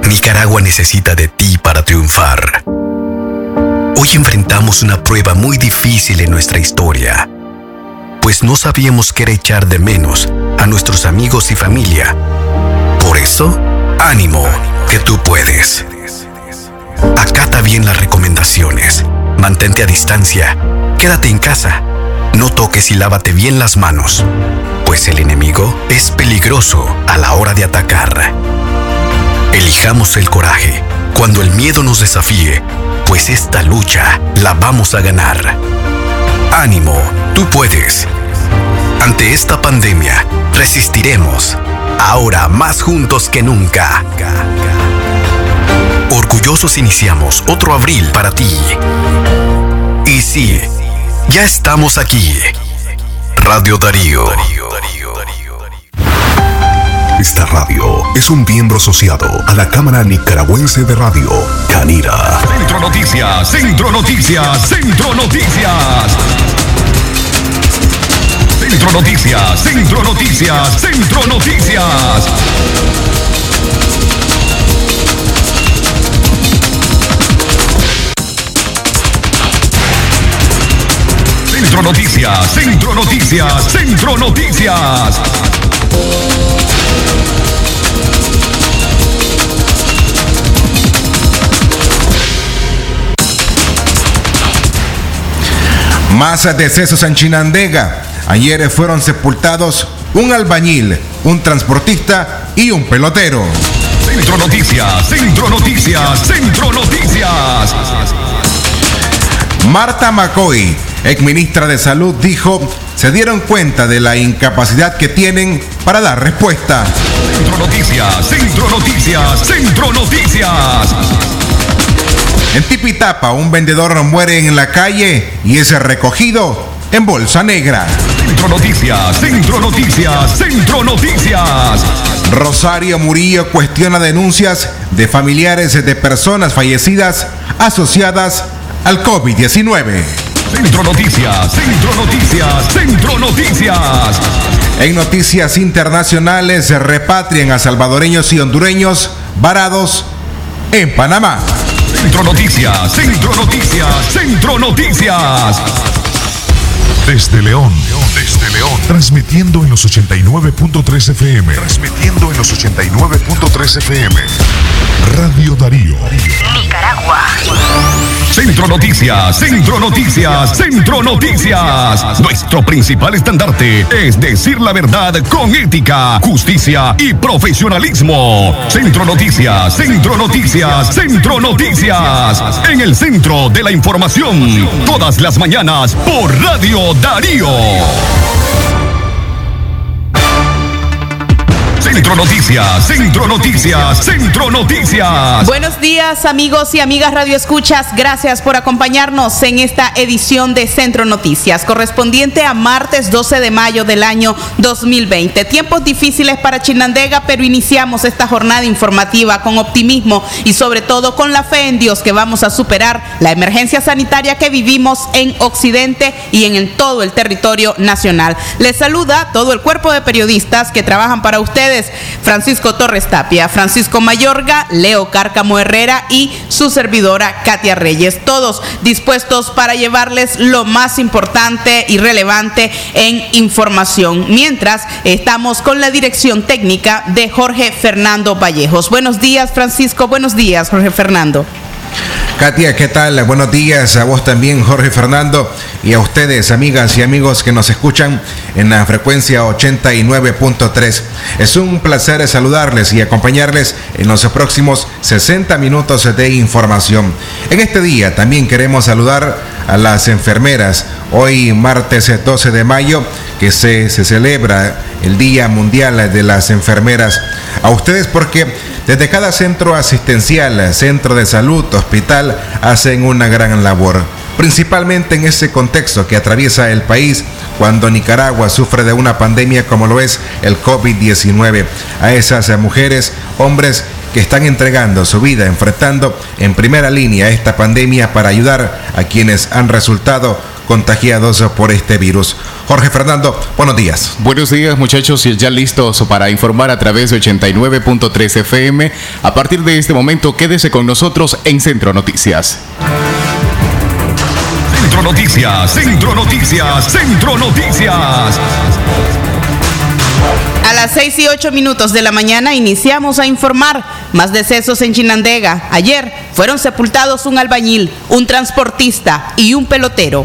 Nicaragua necesita de ti para triunfar. Hoy enfrentamos una prueba muy difícil en nuestra historia, pues no sabíamos qué era echar de menos a nuestros amigos y familia. Por eso, ánimo, que tú puedes. Acata bien las recomendaciones, mantente a distancia, quédate en casa, no toques y lávate bien las manos, pues el enemigo es peligroso a la hora de atacar. Elijamos el coraje cuando el miedo nos desafíe, pues esta lucha la vamos a ganar. Ánimo, tú puedes. Ante esta pandemia, resistiremos, ahora más juntos que nunca. Orgullosos iniciamos otro abril para ti. Y sí, ya estamos aquí. Radio Darío. Esta radio es un miembro asociado a la Cámara Nicaragüense de Radio, Canira. Centro Noticias, Centro Noticias, Centro Noticias. Centro Noticias, Centro Noticias, Centro Noticias. Centro Noticias, Centro Noticias, Centro Noticias. Más decesos en Chinandega. Ayer fueron sepultados un albañil, un transportista y un pelotero. Centro Noticias, Centro Noticias, Centro Noticias. Marta McCoy, exministra de Salud, dijo: se dieron cuenta de la incapacidad que tienen para dar respuesta. Centro Noticias, Centro Noticias, Centro Noticias. En Tipitapa, un vendedor muere en la calle y es recogido en bolsa negra. Centro Noticias, Centro Noticias, Centro Noticias. Rosario Murillo cuestiona denuncias de familiares de personas fallecidas asociadas al COVID-19. Centro Noticias, Centro Noticias, Centro Noticias. En noticias internacionales, se repatrian a salvadoreños y hondureños varados en Panamá. Centro Noticias, Centro Noticias, Centro Noticias. Desde León, transmitiendo en los 89.3 FM. Transmitiendo en los 89.3 FM. Radio Darío. Nicaragua. Centro Noticias, Centro Noticias, Centro Noticias. Nuestro principal estandarte es decir la verdad con ética, justicia y profesionalismo. Centro Noticias, Centro Noticias, Centro Noticias. En el centro de la información, todas las mañanas por Radio Darío. Centro Noticias, Centro Noticias, Centro Noticias. Buenos días, amigos y amigas radioescuchas. Gracias por acompañarnos en esta edición de Centro Noticias, correspondiente a martes 12 de mayo del año 2020. Tiempos difíciles para Chinandega, pero iniciamos esta jornada informativa con optimismo y sobre todo con la fe en Dios que vamos a superar la emergencia sanitaria que vivimos en Occidente y en todo el territorio nacional. Les saluda todo el cuerpo de periodistas que trabajan para ustedes: Francisco Torres Tapia, Francisco Mayorga, Leo Cárcamo Herrera y su servidora Katia Reyes, todos dispuestos para llevarles lo más importante y relevante en información, mientras estamos con la dirección técnica de Jorge Fernando Vallejos. Buenos días, Francisco. Buenos días, Jorge Fernando. Katia, ¿qué tal? Buenos días a vos también, Jorge Fernando, y a ustedes, amigas y amigos que nos escuchan en la frecuencia 89.3. Es un placer saludarles y acompañarles en los próximos 60 minutos de información. En este día también queremos saludar a las enfermeras. Hoy, martes 12 de mayo, que se celebra el Día Mundial de las Enfermeras. A ustedes porque desde cada centro asistencial, centro de salud, hospital, hacen una gran labor, principalmente en ese contexto que atraviesa el país cuando Nicaragua sufre de una pandemia como lo es el COVID-19. A esas mujeres, hombres que están entregando su vida, enfrentando en primera línea esta pandemia para ayudar a quienes han resultado contagiados por este virus. Jorge Fernando, buenos días. Buenos días, muchachos, y ya listos para informar a través de 89.3 FM. A partir de este momento, quédese con nosotros en Centro Noticias. Centro Noticias, Centro Noticias, Centro Noticias. A las 6:08 de la mañana iniciamos a informar más decesos en Chinandega. Ayer fueron sepultados un albañil, un transportista y un pelotero.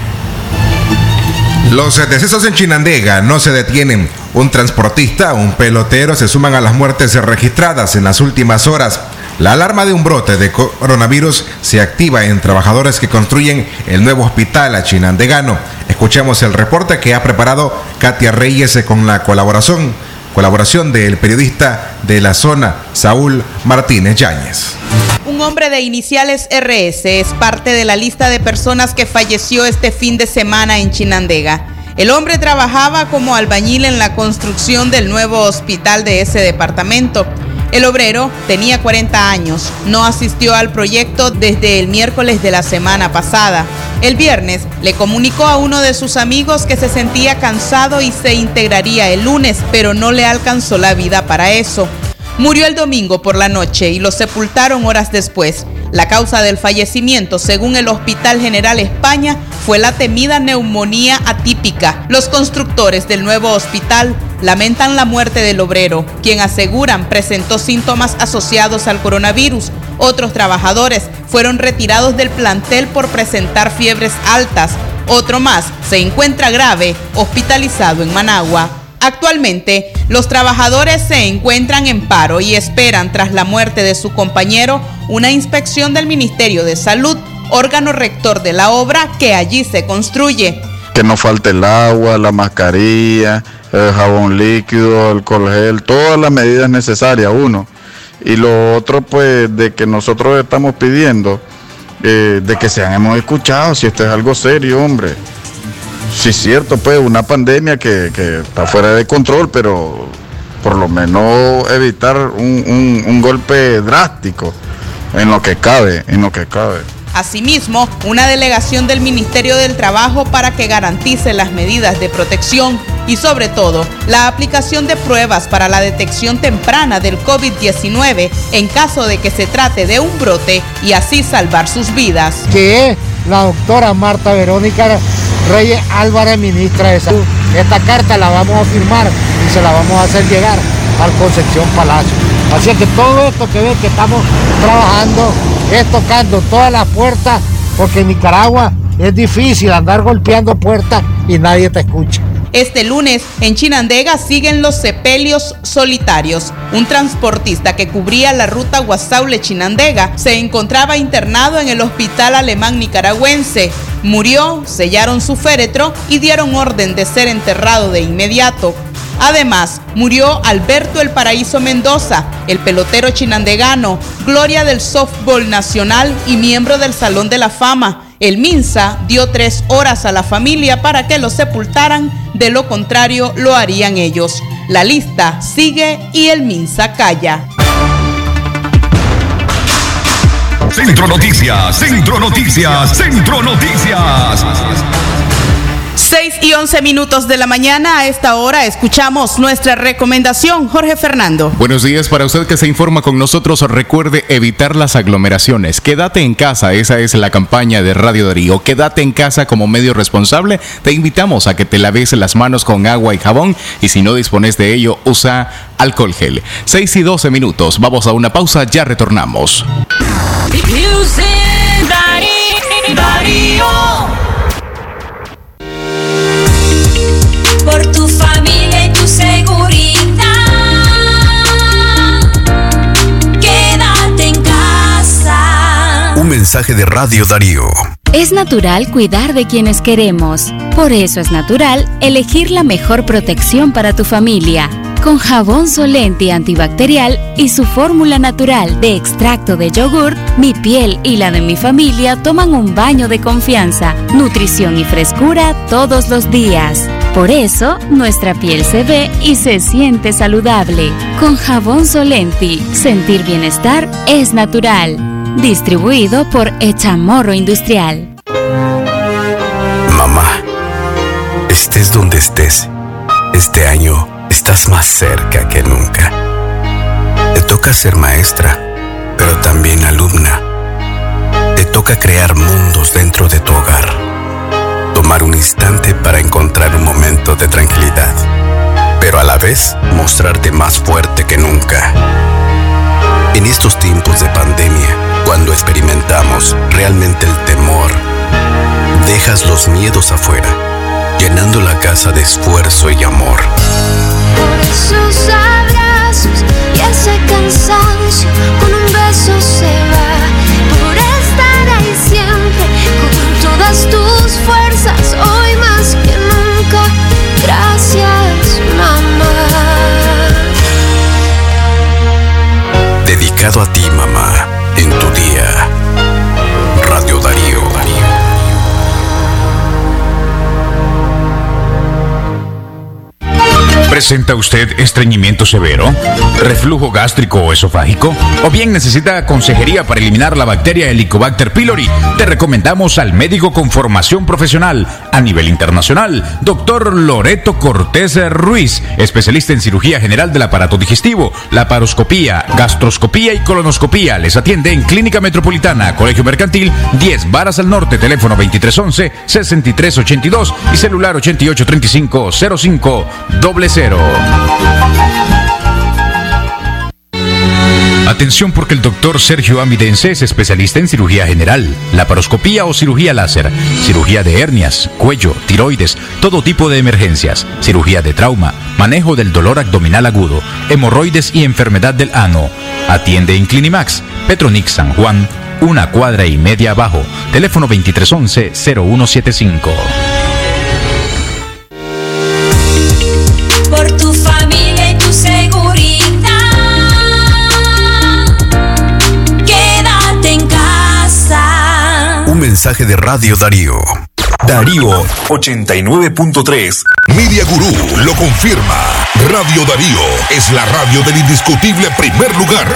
Los decesos en Chinandega no se detienen. Un transportista, un pelotero se suman a las muertes registradas en las últimas horas. La alarma de un brote de coronavirus se activa en trabajadores que construyen el nuevo hospital chinandegano. Escuchemos el reporte que ha preparado Katia Reyes con la colaboración del periodista de la zona, Saúl Martínez Yáñez. Un hombre de iniciales RS es parte de la lista de personas que falleció este fin de semana en Chinandega. El hombre trabajaba como albañil en la construcción del nuevo hospital de ese departamento. El obrero tenía 40 años, no asistió al proyecto desde el miércoles de la semana pasada. El viernes le comunicó a uno de sus amigos que se sentía cansado y se integraría el lunes, pero no le alcanzó la vida para eso. Murió el domingo por la noche y lo sepultaron horas después. La causa del fallecimiento, según el Hospital General España, fue la temida neumonía atípica. Los constructores del nuevo hospital lamentan la muerte del obrero, quien aseguran presentó síntomas asociados al coronavirus. Otros trabajadores fueron retirados del plantel por presentar fiebres altas. Otro más se encuentra grave, hospitalizado en Managua. Actualmente, los trabajadores se encuentran en paro y esperan, tras la muerte de su compañero, una inspección del Ministerio de Salud, órgano rector de la obra que allí se construye. Que no falte el agua, la mascarilla, el jabón líquido, alcohol gel, todas las medidas necesarias, uno. Y lo otro, pues, de que nosotros estamos pidiendo, de que hemos escuchado, si esto es algo serio, hombre. Sí, es cierto, pues, una pandemia que está fuera de control, pero por lo menos evitar un golpe drástico en lo que cabe. Asimismo, una delegación del Ministerio del Trabajo para que garantice las medidas de protección y, sobre todo, la aplicación de pruebas para la detección temprana del COVID-19 en caso de que se trate de un brote y así salvar sus vidas. Que es la doctora Marta Verónica Reyes Álvarez, ministra de Salud. Esta carta la vamos a firmar y se la vamos a hacer llegar al Concepción Palacio. Así que todo esto que ven que estamos trabajando es tocando todas las puertas, porque en Nicaragua es difícil andar golpeando puertas y nadie te escucha. Este lunes, en Chinandega siguen los sepelios solitarios. Un transportista que cubría la ruta Guasaule-Chinandega se encontraba internado en el hospital alemán nicaragüense. Murió, sellaron su féretro y dieron orden de ser enterrado de inmediato. Además, murió Alberto El Paraíso Mendoza, el pelotero chinandegano, gloria del softball nacional y miembro del Salón de la Fama. El MINSA dio 3 horas a la familia para que lo sepultaran, de lo contrario lo harían ellos. La lista sigue y el MINSA calla. Centro Noticias, Centro Noticias, Centro Noticias. 6:11 de la mañana. A esta hora escuchamos nuestra recomendación. Jorge Fernando. Buenos días para usted que se informa con nosotros. Recuerde evitar las aglomeraciones. Quédate en casa, esa es la campaña de Radio Darío. Quédate en casa como medio responsable. Te invitamos a que te laves las manos con agua y jabón, y si no dispones de ello, usa alcohol gel. 6:12. Vamos a una pausa, ya retornamos. Por tu familia y tu seguridad, quédate en casa. Un mensaje de Radio Darío. Es natural cuidar de quienes queremos. Por eso es natural elegir la mejor protección para tu familia. Con jabón Solenti antibacterial y su fórmula natural de extracto de yogur, mi piel y la de mi familia toman un baño de confianza, nutrición y frescura todos los días. Por eso, nuestra piel se ve y se siente saludable. Con jabón Solenti, sentir bienestar es natural. Distribuido por Echamorro Industrial. Mamá, Estés donde estés, este año estás más cerca que nunca. Te toca ser maestra, pero también alumna. Te toca crear mundos dentro de tu hogar. Tomar un instante para encontrar un momento de tranquilidad, pero a la vez mostrarte más fuerte que nunca. En estos tiempos de pandemia, cuando experimentamos realmente el temor, dejas los miedos afuera, llenando la casa de esfuerzo y amor. Por esos abrazos y ese cansancio, con un beso se va. Por estar ahí siempre, con todas tus fuerzas, hoy más que nunca. Gracias, mamá. Dedicado a ti, mamá, en tu día. Radio Darío. ¿Presenta usted estreñimiento severo, reflujo gástrico o esofágico? ¿O bien necesita consejería para eliminar la bacteria Helicobacter pylori? Te recomendamos al médico con formación profesional a nivel internacional, Dr. Loreto Cortés Ruiz, especialista en cirugía general del aparato digestivo, laparoscopía, gastroscopía y colonoscopía. Les atiende en Clínica Metropolitana, Colegio Mercantil, 10 Varas al Norte, teléfono 2311-6382 y celular 8835-0500. Atención, porque el doctor Sergio Amidense es especialista en cirugía general, laparoscopía o cirugía láser, cirugía de hernias, cuello, tiroides, todo tipo de emergencias, cirugía de trauma, manejo del dolor abdominal agudo, hemorroides y enfermedad del ano. Atiende en Clinimax, Petronix San Juan, 1 cuadra y media abajo, teléfono 2311-0175. Por tu familia y tu seguridad, quédate en casa. Un mensaje de Radio Darío. Darío 89.3. Media Gurú lo confirma. Radio Darío es la radio del indiscutible primer lugar.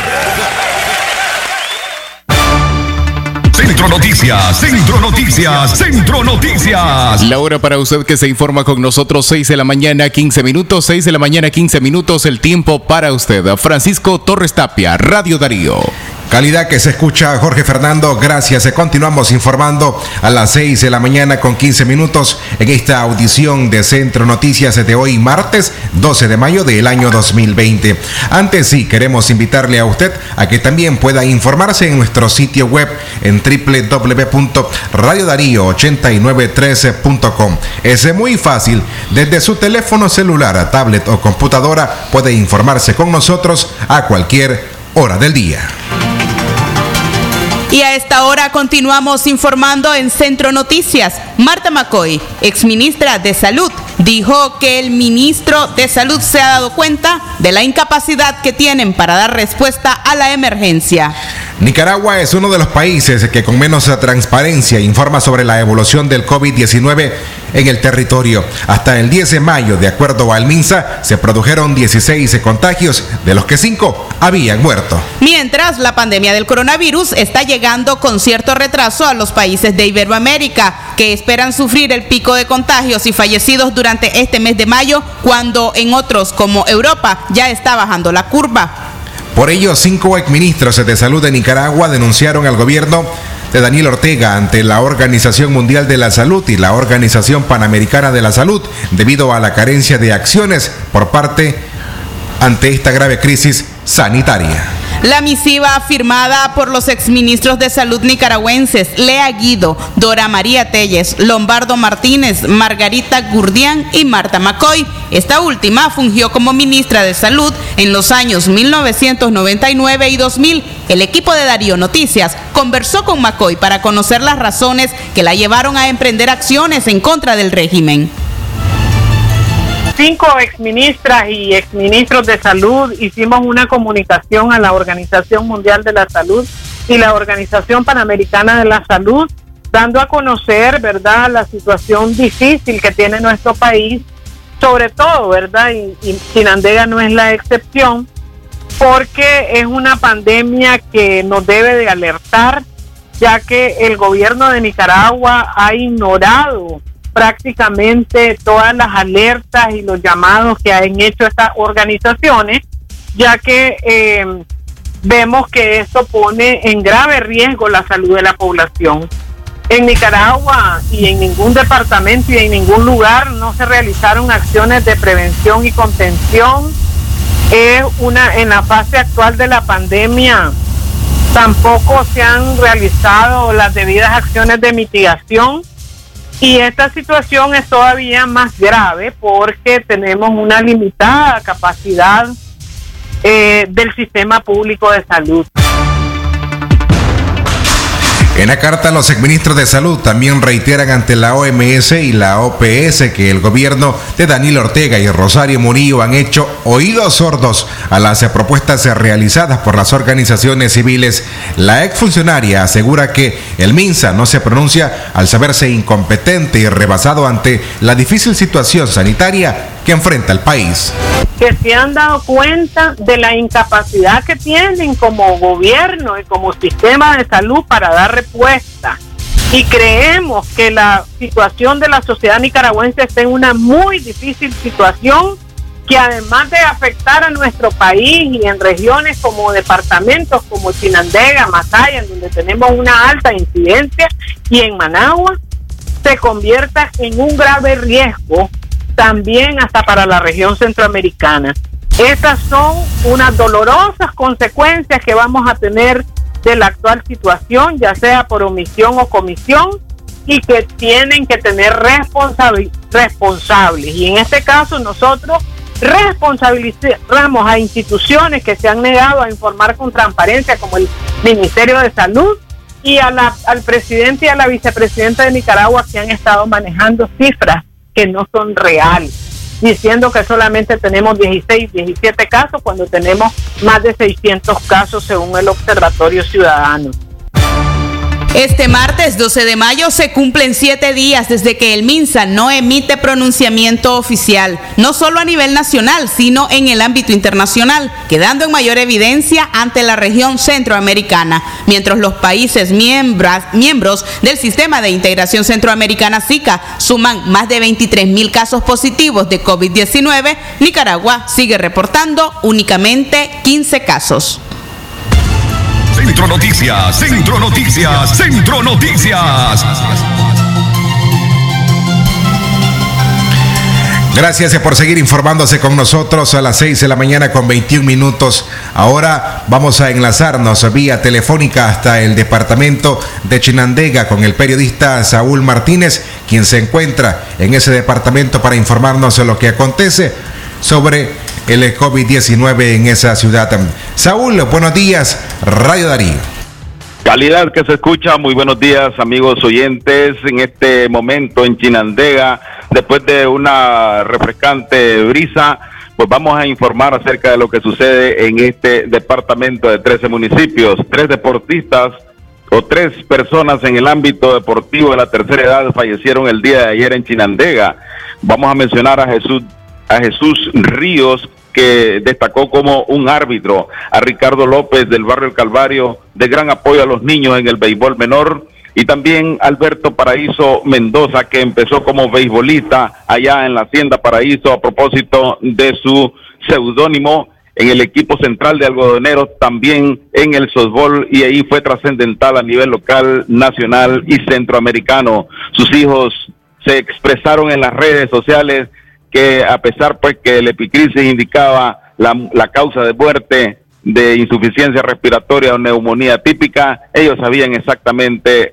Centro Noticias, Centro Noticias, Centro Noticias. La hora para usted que se informa con nosotros, 6 de la mañana, 15 minutos, 6 de la mañana, 15 minutos, el tiempo para usted. Francisco Torres Tapia, Radio Darío. Calidad que se escucha, Jorge Fernando, gracias. Continuamos informando a las 6 de la mañana con 15 minutos en esta audición de Centro Noticias de hoy, martes 12 de mayo del año 2020. Antes sí, queremos invitarle a usted a que también pueda informarse en nuestro sitio web en www.radiodarío8913.com. Es muy fácil, desde su teléfono celular, tablet o computadora puede informarse con nosotros a cualquier hora del día. Y a esta hora continuamos informando en Centro Noticias. Marta McCoy, exministra de Salud, dijo que el ministro de Salud se ha dado cuenta de la incapacidad que tienen para dar respuesta a la emergencia. Nicaragua es uno de los países que con menos transparencia informa sobre la evolución del COVID-19 en el territorio. Hasta el 10 de mayo, de acuerdo al MINSA, se produjeron 16 contagios, de los que 5 habían muerto. Mientras, la pandemia del coronavirus está llegando con cierto retraso a los países de Iberoamérica, que esperan sufrir el pico de contagios y fallecidos durante este mes de mayo, cuando en otros como Europa ya está bajando la curva. Por ello, 5 exministros de salud de Nicaragua denunciaron al gobierno de Daniel Ortega ante la Organización Mundial de la Salud y la Organización Panamericana de la Salud debido a la carencia de acciones por parte ante esta grave crisis sanitaria. La misiva firmada por los exministros de salud nicaragüenses Lea Guido, Dora María Telles, Lombardo Martínez, Margarita Gurdián y Marta McCoy. Esta última fungió como ministra de Salud en los años 1999 y 2000. El equipo de Darío Noticias conversó con McCoy para conocer las razones que la llevaron a emprender acciones en contra del régimen. 5 exministras y exministros de salud hicimos una comunicación a la Organización Mundial de la Salud y la Organización Panamericana de la Salud, dando a conocer, ¿verdad?, la situación difícil que tiene nuestro país, sobre todo, ¿verdad?, y Chinandega no es la excepción, porque es una pandemia que nos debe de alertar, ya que el gobierno de Nicaragua ha ignorado prácticamente todas las alertas y los llamados que han hecho estas organizaciones, ya que vemos que esto pone en grave riesgo la salud de la población. En Nicaragua y en ningún departamento y en ningún lugar no se realizaron acciones de prevención y contención. En la fase actual de la pandemia tampoco se han realizado las debidas acciones de mitigación, y esta situación es todavía más grave porque tenemos una limitada capacidad del sistema público de salud. En la carta, los exministros de salud también reiteran ante la OMS y la OPS que el gobierno de Daniel Ortega y Rosario Murillo han hecho oídos sordos a las propuestas realizadas por las organizaciones civiles. La exfuncionaria asegura que el MINSA no se pronuncia al saberse incompetente y rebasado ante la difícil situación sanitaria que enfrenta el país. Que se han dado cuenta de la incapacidad que tienen como gobierno y como sistema de salud para dar respuesta. Y creemos que la situación de la sociedad nicaragüense está en una muy difícil situación, que además de afectar a nuestro país y en regiones como departamentos como Chinandega, Masaya, en donde tenemos una alta incidencia, y en Managua, se convierta en un grave riesgo también hasta para la región centroamericana. Estas son unas dolorosas consecuencias que vamos a tener de la actual situación, ya sea por omisión o comisión, y que tienen que tener responsables. Y en este caso nosotros responsabilizamos a instituciones que se han negado a informar con transparencia, como el Ministerio de Salud, y al presidente y a la vicepresidenta de Nicaragua, que han estado manejando cifras que no son reales, diciendo que solamente tenemos 16, 17 casos cuando tenemos más de 600 casos según el Observatorio Ciudadano. Este martes 12 de mayo se cumplen 7 días desde que el MINSA no emite pronunciamiento oficial, no solo a nivel nacional, sino en el ámbito internacional, quedando en mayor evidencia ante la región centroamericana. Mientras los países miembros del Sistema de Integración Centroamericana SICA suman más de 23,000 casos positivos de COVID-19, Nicaragua sigue reportando únicamente 15 casos. Centro Noticias, Centro Noticias, Centro Noticias. Gracias por seguir informándose con nosotros a las 6 de la mañana con 21 minutos. Ahora vamos a enlazarnos vía telefónica hasta el departamento de Chinandega con el periodista Saúl Martínez, quien se encuentra en ese departamento para informarnos de lo que acontece sobre el COVID-19 en esa ciudad. Saúl, buenos días, Radio Darío. Calidad que se escucha, muy buenos días amigos oyentes. En este momento en Chinandega, después de una refrescante brisa, pues vamos a informar acerca de lo que sucede en este departamento de 13 municipios. 3 deportistas o 3 personas en el ámbito deportivo de la tercera edad fallecieron el día de ayer en Chinandega. Vamos a mencionar a Jesús Ríos, que destacó como un árbitro, a Ricardo López del barrio El Calvario, de gran apoyo a los niños en el béisbol menor, y también Alberto Paraíso Mendoza, que empezó como beisbolista allá en la Hacienda Paraíso a propósito de su seudónimo en el equipo central de Algodoneros, también en el softball, y ahí fue trascendental a nivel local, nacional y centroamericano. Sus hijos se expresaron en las redes sociales que a pesar pues que el epicrisis indicaba la causa de muerte de insuficiencia respiratoria o neumonía típica, ellos sabían exactamente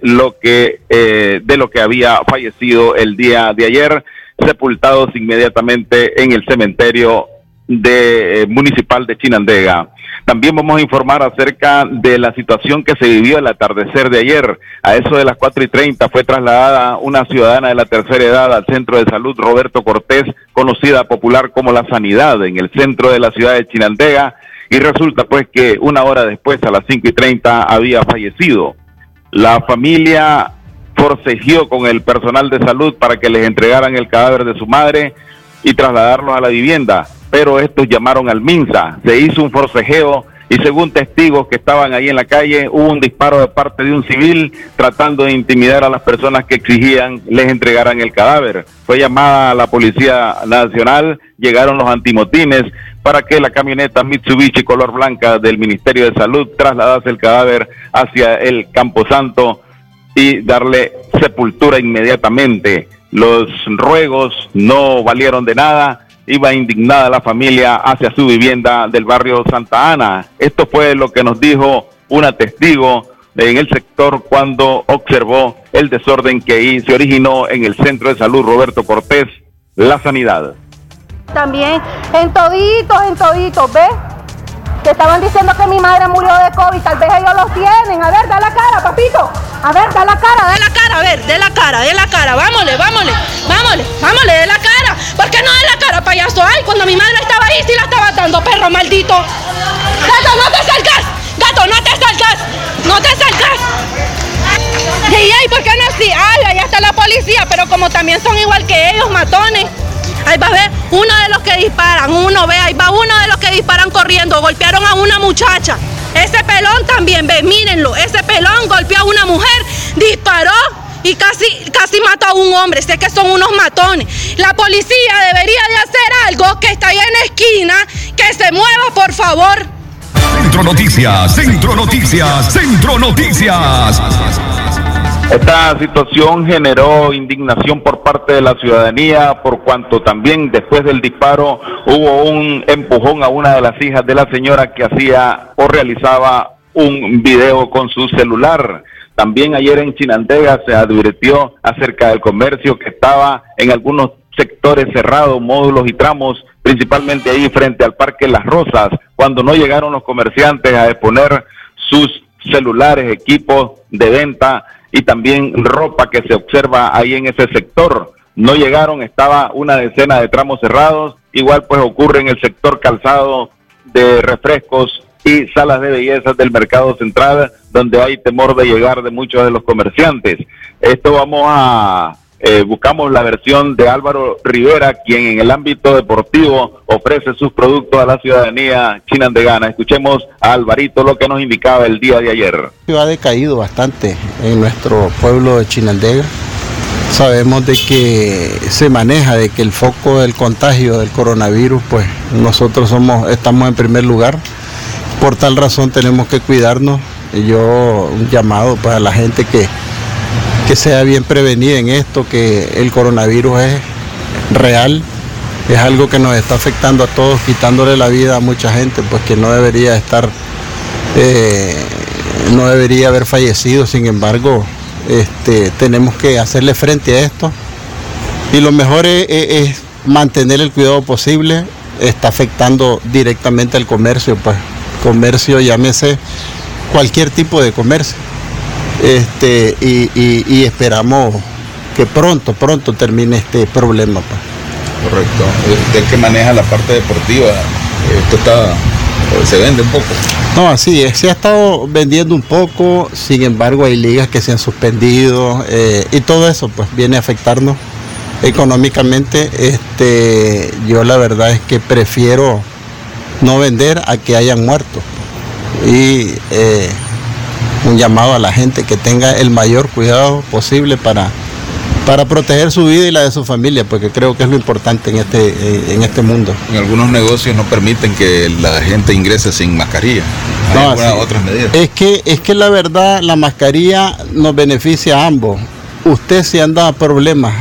de lo que había fallecido el día de ayer, sepultados inmediatamente en el cementerio municipal de Chinandega. También vamos a informar acerca de la situación que se vivió al atardecer de ayer. A eso de las 4:30 fue trasladada una ciudadana de la tercera edad al centro de salud Roberto Cortés, conocida popular como La Sanidad, en el centro de la ciudad de Chinandega, y resulta pues que una hora después, a las 5:30, había fallecido. La familia forcejeó con el personal de salud para que les entregaran el cadáver de su madre y trasladarlos a la vivienda, pero estos llamaron al MINSA, se hizo un forcejeo y según testigos que estaban ahí en la calle, hubo un disparo de parte de un civil tratando de intimidar a las personas que exigían les entregaran el cadáver. Fue llamada a la Policía Nacional, llegaron los antimotines para que la camioneta Mitsubishi color blanca del Ministerio de Salud trasladase el cadáver hacia el Camposanto y darle sepultura inmediatamente. Los ruegos no valieron de nada. Iba indignada la familia hacia su vivienda del barrio Santa Ana. Esto fue lo que nos dijo una testigo en el sector cuando observó el desorden que ahí se originó en el Centro de Salud Roberto Cortés, La Sanidad. También en toditos, ¿ves? Que estaban diciendo que mi madre murió de COVID, tal vez ellos los tienen. A ver, da la cara, papito. A ver, da la cara, a ver, de la cara. Vámonos, de la cara. ¿Por qué no de la cara, payaso? Ay, cuando mi madre estaba ahí, sí la estaba dando, perro maldito. Gato, no te salgas. Y ¿por qué no así? Ay, allá está la policía, pero como también son igual que ellos, matones. Ahí va a ver uno de los que disparan, ahí va uno de los que disparan corriendo, golpearon a una muchacha. Ese pelón también, ve, mírenlo, ese pelón golpeó a una mujer, disparó y casi mató a un hombre. Sé que son unos matones. La policía debería de hacer algo, que está ahí en la esquina, que se mueva, por favor. Centro Noticias. Esta situación generó indignación por parte de la ciudadanía, por cuanto también después del disparo hubo un empujón a una de las hijas de la señora que hacía o realizaba un video con su celular. También ayer en Chinandega se advirtió acerca del comercio que estaba en algunos sectores cerrados, módulos y tramos, principalmente ahí frente al Parque Las Rosas, cuando no llegaron los comerciantes a exponer sus celulares, equipos de venta y también ropa que se observa ahí en ese sector. No llegaron, estaba una decena de tramos cerrados. Igual pues ocurre en el sector calzado de refrescos y salas de belleza del mercado central, donde hay temor de llegar de muchos de los comerciantes. Esto buscamos la versión de Álvaro Rivera, quien en el ámbito deportivo ofrece sus productos a la ciudadanía chinandegana. Escuchemos a Alvarito lo que nos indicaba el día de ayer. Ha decaído bastante en nuestro pueblo de Chinandega. Sabemos de que se maneja de que el foco del contagio del coronavirus, pues nosotros estamos en primer lugar. Por tal razón tenemos que cuidarnos. Un llamado pues a la gente que sea bien prevenida en esto, que el coronavirus es real, es algo que nos está afectando a todos, quitándole la vida a mucha gente, pues que no debería haber fallecido. Sin embargo, tenemos que hacerle frente a esto y lo mejor es mantener el cuidado posible. Está afectando directamente al comercio, pues comercio, llámese cualquier tipo de comercio. Y esperamos que pronto termine este problema. Pues. Correcto. Usted que maneja la parte deportiva, esto se vende un poco. No, así es, se ha estado vendiendo un poco, sin embargo hay ligas que se han suspendido y todo eso pues viene a afectarnos económicamente. Yo la verdad es que prefiero no vender a que hayan muerto. Y un llamado a la gente que tenga el mayor cuidado posible para proteger su vida y la de su familia, porque creo que es lo importante en este mundo. En algunos negocios no permiten que la gente ingrese sin mascarilla. ¿Hay algunas otras medidas? Es que la verdad la mascarilla nos beneficia a ambos. Usted si anda problemas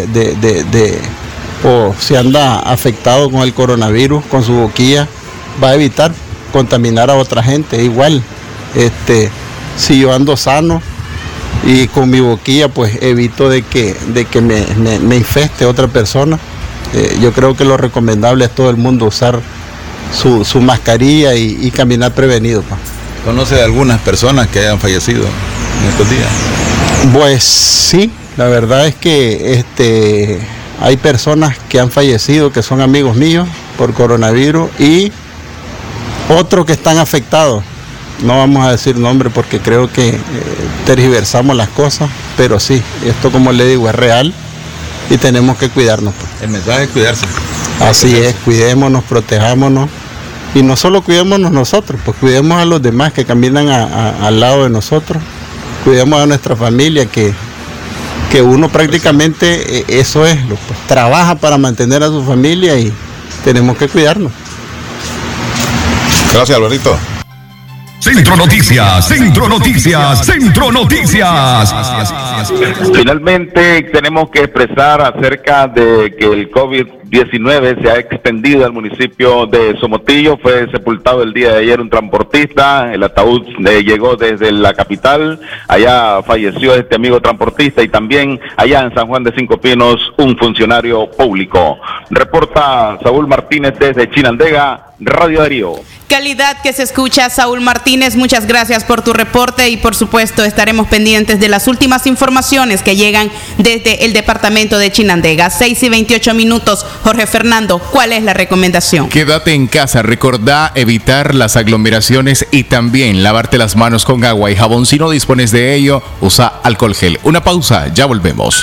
o si anda afectado con el coronavirus, con su boquilla, va a evitar contaminar a otra gente. Igual, si yo ando sano y con mi boquilla, pues evito de que me infeste otra persona. Yo creo que lo recomendable es todo el mundo usar su mascarilla y caminar prevenido. Pa. ¿Conoce de algunas personas que hayan fallecido en estos días? Pues sí, la verdad es que hay personas que han fallecido, que son amigos míos por coronavirus, y otros que están afectados. No vamos a decir nombre porque creo que tergiversamos las cosas, pero sí, esto como le digo es real y tenemos que cuidarnos. Pues. El mensaje es cuidarse. Así es, cuidémonos, protejámonos Y no solo cuidémonos nosotros, pues cuidemos a los demás que caminan al lado de nosotros, cuidemos a nuestra familia, que uno prácticamente eso es, pues, trabaja para mantener a su familia y tenemos que cuidarnos. Gracias, Alberto. Centro Noticias, Centro Noticias, Centro Noticias. Finalmente tenemos que expresar acerca de que el COVID-19 se ha extendido al municipio de Somotillo. Fue sepultado el día de ayer un transportista, el ataúd llegó desde la capital, allá falleció este amigo transportista, y también allá en San Juan de Cinco Pinos un funcionario público. Reporta Saúl Martínez desde Chinandega, Radio Darío. Calidad que se escucha, Saúl Martínez, muchas gracias por tu reporte y por supuesto estaremos pendientes de las últimas informaciones que llegan desde el departamento de Chinandega. 6:28. Jorge Fernando, ¿cuál es la recomendación? Quédate en casa, recordá evitar las aglomeraciones y también lavarte las manos con agua y jabón. Si no dispones de ello, usa alcohol gel. Una pausa, ya volvemos.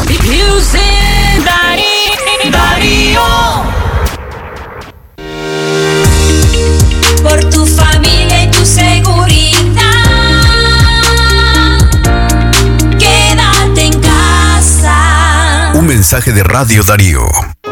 Por tu familia y tu seguridad, quédate en casa. Un mensaje de Radio Darío.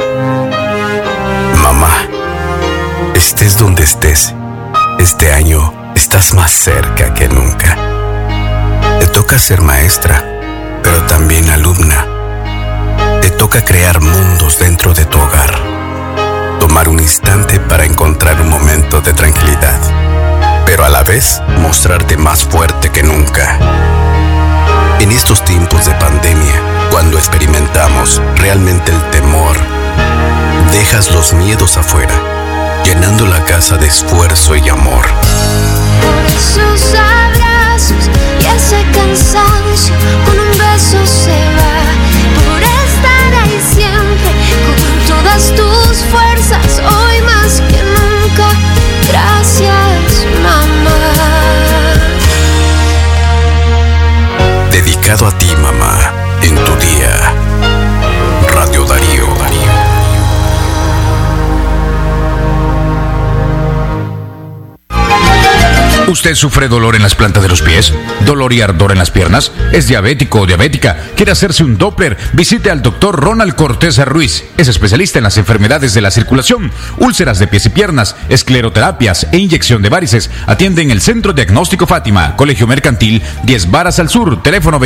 Mamá, estés donde estés, este año estás más cerca que nunca. Te toca ser maestra, pero también alumna. Te toca crear mundos dentro de tu hogar. Tomar un instante para encontrar un momento de tranquilidad, pero a la vez mostrarte más fuerte que nunca. En estos tiempos de pandemia, cuando experimentamos realmente el temor, dejas los miedos afuera, llenando la casa de esfuerzo y amor. Por esos abrazos y ese cansancio, con un beso se va. Por estar ahí siempre, con todas tus fuerzas, hoy más que nunca. Gracias, mamá. Dedicado a ti, mamá, en tu día. Radio Darío. ¿Usted sufre dolor en las plantas de los pies? ¿Dolor y ardor en las piernas? ¿Es diabético o diabética? ¿Quiere hacerse un Doppler? Visite al doctor Ronald Cortés Ruiz. Es especialista en las enfermedades de la circulación, úlceras de pies y piernas, escleroterapias e inyección de varices. Atiende en el Centro Diagnóstico Fátima, Colegio Mercantil, 10 Varas al Sur, teléfono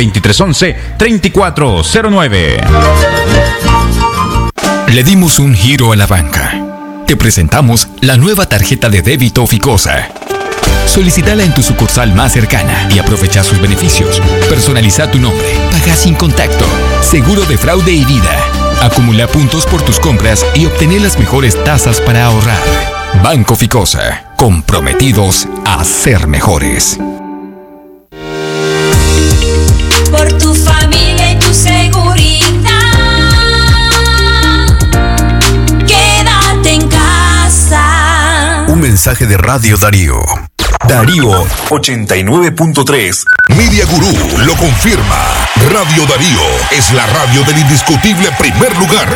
2311-3409. Le dimos un giro a la banca. Te presentamos la nueva tarjeta de débito Ficosa. Solicítala en tu sucursal más cercana y aprovecha sus beneficios. Personaliza tu nombre, paga sin contacto, seguro de fraude y vida. Acumula puntos por tus compras y obtener las mejores tasas para ahorrar. Banco Ficosa, comprometidos a ser mejores. Por tu familia y tu seguridad, quédate en casa. Un mensaje de Radio Darío. Darío 89.3. Media Gurú lo confirma. Radio Darío es la radio del indiscutible primer lugar.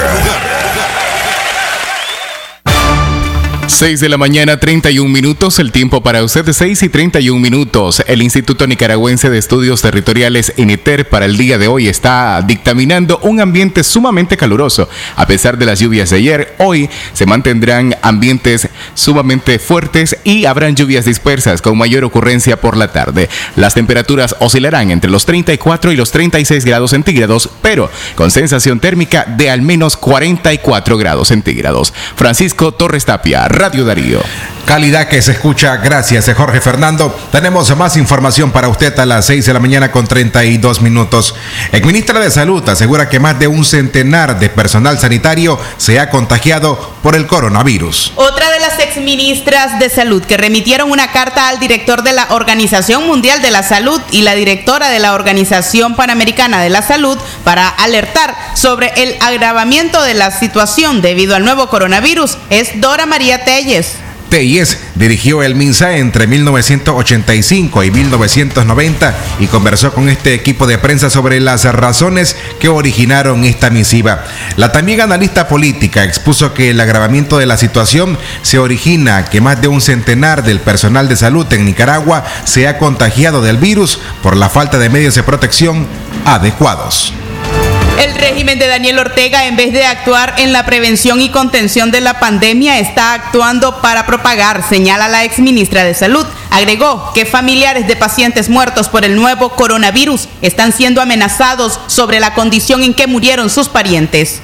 6 de la mañana, 31 minutos, el tiempo para usted de 6:31. El Instituto Nicaragüense de Estudios Territoriales, INITER, para el día de hoy está dictaminando un ambiente sumamente caluroso. A pesar de las lluvias de ayer, hoy se mantendrán ambientes sumamente fuertes y habrán lluvias dispersas con mayor ocurrencia por la tarde. Las temperaturas oscilarán entre los 34 y los 36 grados centígrados, pero con sensación térmica de al menos 44 grados centígrados. Francisco Torres Tapia, Radio Darío. Calidad que se escucha, gracias Jorge Fernando. Tenemos más información para usted a las 6 de la mañana con 32 minutos. El ministro de Salud asegura que más de un centenar de personal sanitario se ha contagiado por el coronavirus. Otra de las exministras de Salud que remitieron una carta al director de la Organización Mundial de la Salud y la directora de la Organización Panamericana de la Salud para alertar sobre el agravamiento de la situación debido al nuevo coronavirus es Dora María Telles. Telles dirigió el MINSA entre 1985 y 1990 y conversó con este equipo de prensa sobre las razones que originaron esta misiva. La también analista política expuso que el agravamiento de la situación se origina que más de un centenar del personal de salud en Nicaragua se ha contagiado del virus por la falta de medios de protección adecuados. El régimen de Daniel Ortega, en vez de actuar en la prevención y contención de la pandemia, está actuando para propagar, señala la exministra de Salud. Agregó que familiares de pacientes muertos por el nuevo coronavirus están siendo amenazados sobre la condición en que murieron sus parientes.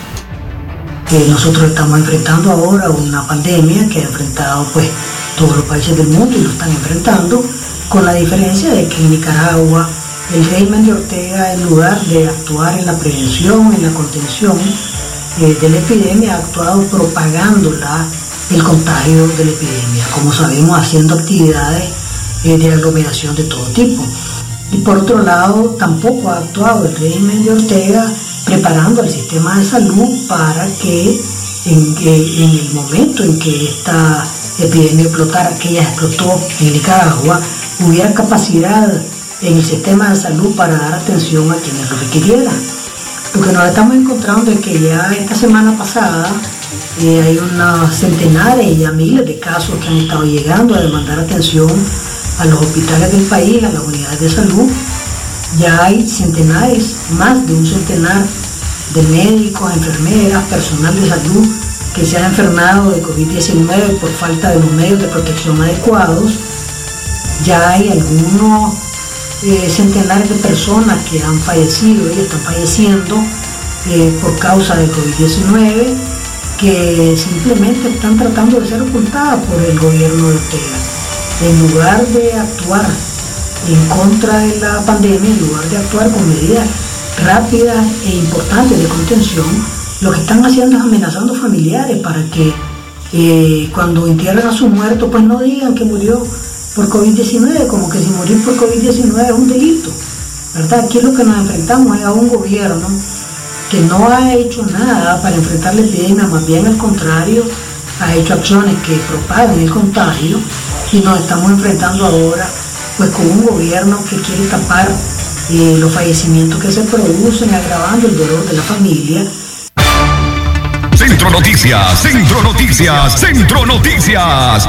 Nosotros estamos enfrentando ahora una pandemia que ha enfrentado todos los países del mundo y lo están enfrentando, con la diferencia de que en Nicaragua el régimen de Ortega, en lugar de actuar en la prevención, en la contención de la epidemia, ha actuado propagando el contagio de la epidemia, como sabemos, haciendo actividades de aglomeración de todo tipo. Y por otro lado, tampoco ha actuado el régimen de Ortega preparando el sistema de salud para que en el momento en que esta epidemia explotara, que ya explotó en Nicaragua, hubiera capacidad en el sistema de salud para dar atención a quienes lo requirieran. Lo que nos estamos encontrando es que ya esta semana pasada hay unos centenares y ya miles de casos que han estado llegando a demandar atención a los hospitales del país, a las unidades de salud. Ya hay centenares, más de un centenar de médicos, enfermeras, personal de salud que se han enfermado de COVID-19 por falta de los medios de protección adecuados. Ya hay algunos centenares de personas que han fallecido y están falleciendo por causa del COVID-19, que simplemente están tratando de ser ocultadas por el gobierno de Ortega. En lugar de actuar en contra de la pandemia, en lugar de actuar con medidas rápidas e importantes de contención, lo que están haciendo es amenazando familiares para que cuando entierren a su muerto, pues no digan que murió por COVID-19, como que si morir por COVID-19 es un delito, ¿verdad? Aquí lo que nos enfrentamos es a un gobierno que no ha hecho nada para enfrentar la epidemia, más bien al contrario, ha hecho acciones que propagan el contagio, y nos estamos enfrentando ahora con un gobierno que quiere tapar los fallecimientos que se producen, agravando el dolor de la familia. Centro Noticias, Centro Noticias, Centro Noticias.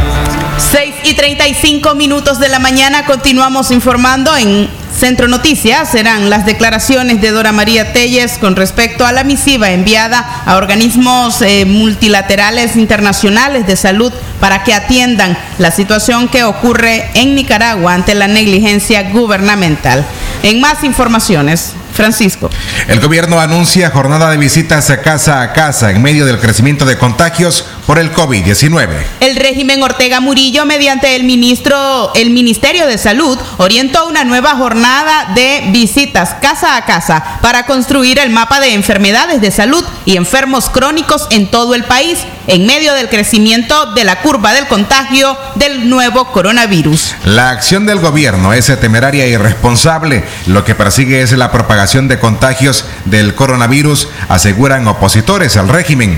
6:35 de la mañana, continuamos informando en Centro Noticias. Serán las declaraciones de Dora María Telles con respecto a la misiva enviada a organismos multilaterales internacionales de salud para que atiendan la situación que ocurre en Nicaragua ante la negligencia gubernamental. En más informaciones, Francisco. El gobierno anuncia jornada de visitas a casa en medio del crecimiento de contagios por el COVID-19. El régimen Ortega Murillo, mediante el Ministerio de Salud, orientó una nueva jornada de visitas casa a casa para construir el mapa de enfermedades de salud y enfermos crónicos en todo el país, en medio del crecimiento de la curva del contagio del nuevo coronavirus. La acción del gobierno es temeraria e irresponsable. Lo que persigue es la propagación de contagios del coronavirus, aseguran opositores al régimen.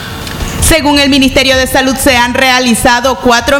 Según el Ministerio de Salud, se han realizado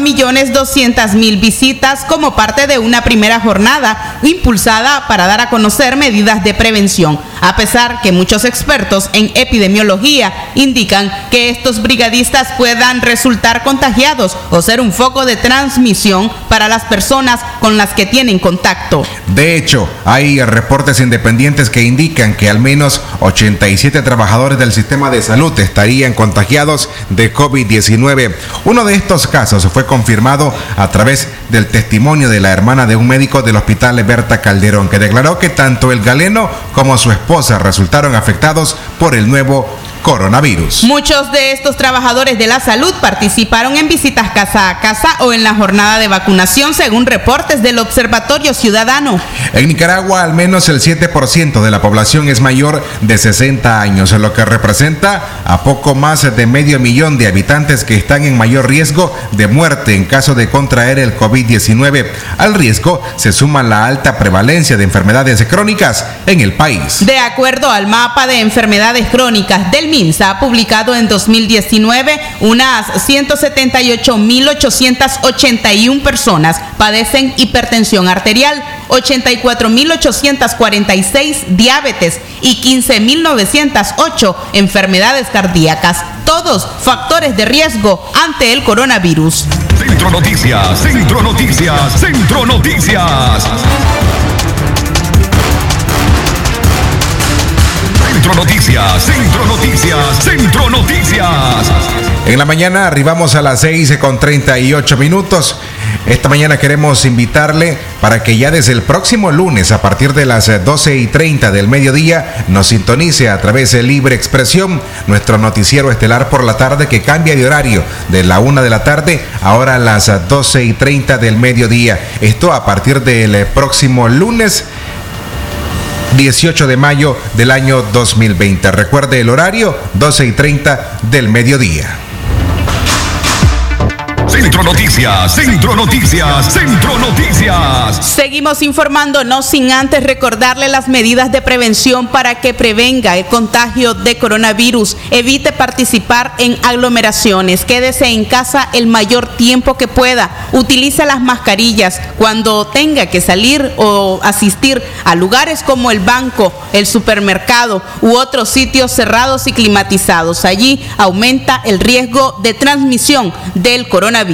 4.200.000 visitas como parte de una primera jornada impulsada para dar a conocer medidas de prevención, a pesar que muchos expertos en epidemiología indican que estos brigadistas puedan resultar contagiados o ser un foco de transmisión para las personas con las que tienen contacto. De hecho, hay reportes independientes que indican que al menos 87 trabajadores del sistema de salud estarían contagiados de COVID-19. Uno de estos casos fue confirmado a través del testimonio de la hermana de un médico del hospital Berta Calderón, que declaró que tanto el galeno como su esposa resultaron afectados por el nuevo coronavirus. Muchos de estos trabajadores de la salud participaron en visitas casa a casa o en la jornada de vacunación, según reportes del Observatorio Ciudadano. En Nicaragua, al menos el 7% de la población es mayor de 60 años, lo que representa a poco más de 500,000 de habitantes que están en mayor riesgo de muerte en caso de contraer el COVID-19. Al riesgo se suma la alta prevalencia de enfermedades crónicas en el país. De acuerdo al mapa de enfermedades crónicas del El MINSA ha publicado en 2019 unas 178.881 personas padecen hipertensión arterial, 84.846 diabetes y 15.908 enfermedades cardíacas, todos factores de riesgo ante el coronavirus. Centro Noticias, Centro Noticias, Centro Noticias. Centro Noticias, Centro Noticias, Centro Noticias. En la mañana arribamos a las 6:38. Esta mañana queremos invitarle para que ya desde el próximo lunes, a partir de las 12:30 del mediodía, nos sintonice a través de Libre Expresión, nuestro noticiero estelar por la tarde, que cambia de horario de la 1 de la tarde, ahora a las 12:30 del mediodía. Esto a partir del próximo lunes 18 de mayo del año 2020. Recuerde el horario, 12:30 del mediodía. Centro Noticias, Centro Noticias, Centro Noticias. Seguimos informando, no sin antes recordarle las medidas de prevención para que prevenga el contagio de coronavirus. Evite participar en aglomeraciones. Quédese en casa el mayor tiempo que pueda. Utilice las mascarillas cuando tenga que salir o asistir a lugares como el banco, el supermercado u otros sitios cerrados y climatizados. Allí aumenta el riesgo de transmisión del coronavirus.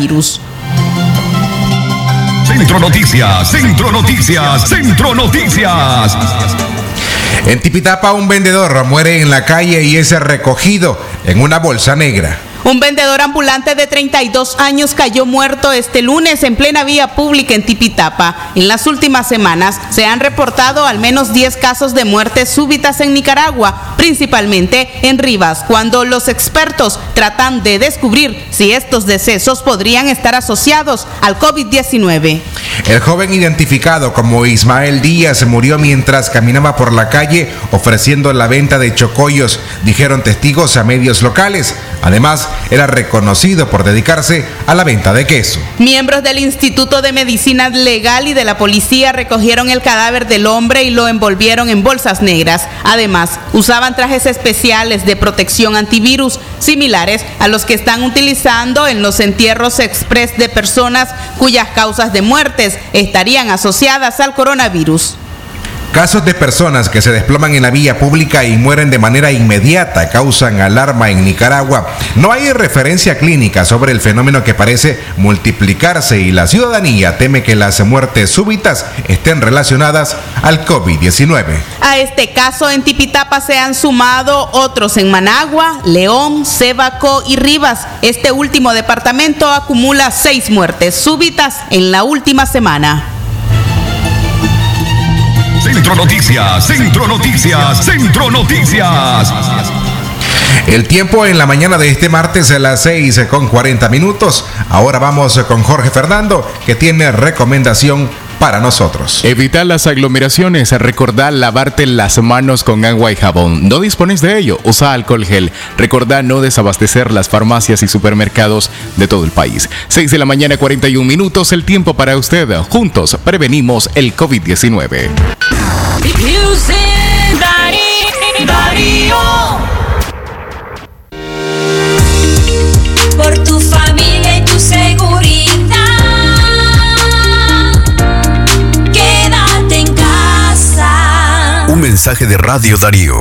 Centro Noticias, Centro Noticias, Centro Noticias. En Tipitapa, un vendedor muere en la calle y es recogido en una bolsa negra. Un vendedor ambulante de 32 años cayó muerto este lunes en plena vía pública en Tipitapa. En las últimas semanas se han reportado al menos 10 casos de muertes súbitas en Nicaragua, principalmente en Rivas, cuando los expertos tratan de descubrir si estos decesos podrían estar asociados al COVID-19. El joven identificado como Ismael Díaz murió mientras caminaba por la calle ofreciendo la venta de chocollos, dijeron testigos a medios locales. Además, era reconocido por dedicarse a la venta de queso. Miembros del Instituto de Medicina Legal y de la policía recogieron el cadáver del hombre y lo envolvieron en bolsas negras. Además, usaban trajes especiales de protección antivirus, similares a los que están utilizando en los entierros express de personas cuyas causas de muertes estarían asociadas al coronavirus. Casos de personas que se desploman en la vía pública y mueren de manera inmediata causan alarma en Nicaragua. No hay referencia clínica sobre el fenómeno que parece multiplicarse y la ciudadanía teme que las muertes súbitas estén relacionadas al COVID-19. A este caso en Tipitapa se han sumado otros en Managua, León, Sébaco y Rivas. Este último departamento acumula 6 muertes súbitas en la última semana. Centro Noticias, Centro Noticias, Centro Noticias. El tiempo en la mañana de este martes a las 6:40. Ahora vamos con Jorge Fernando, que tiene recomendación para nosotros. Evitar las aglomeraciones, recordar lavarte las manos con agua y jabón. ¿No dispones de ello? Usa alcohol gel. Recordá no desabastecer las farmacias y supermercados de todo el país. 6:41, el tiempo para usted. Juntos prevenimos el COVID-19. Por tu familia y tu seguridad, quédate en casa. Un mensaje de Radio Darío.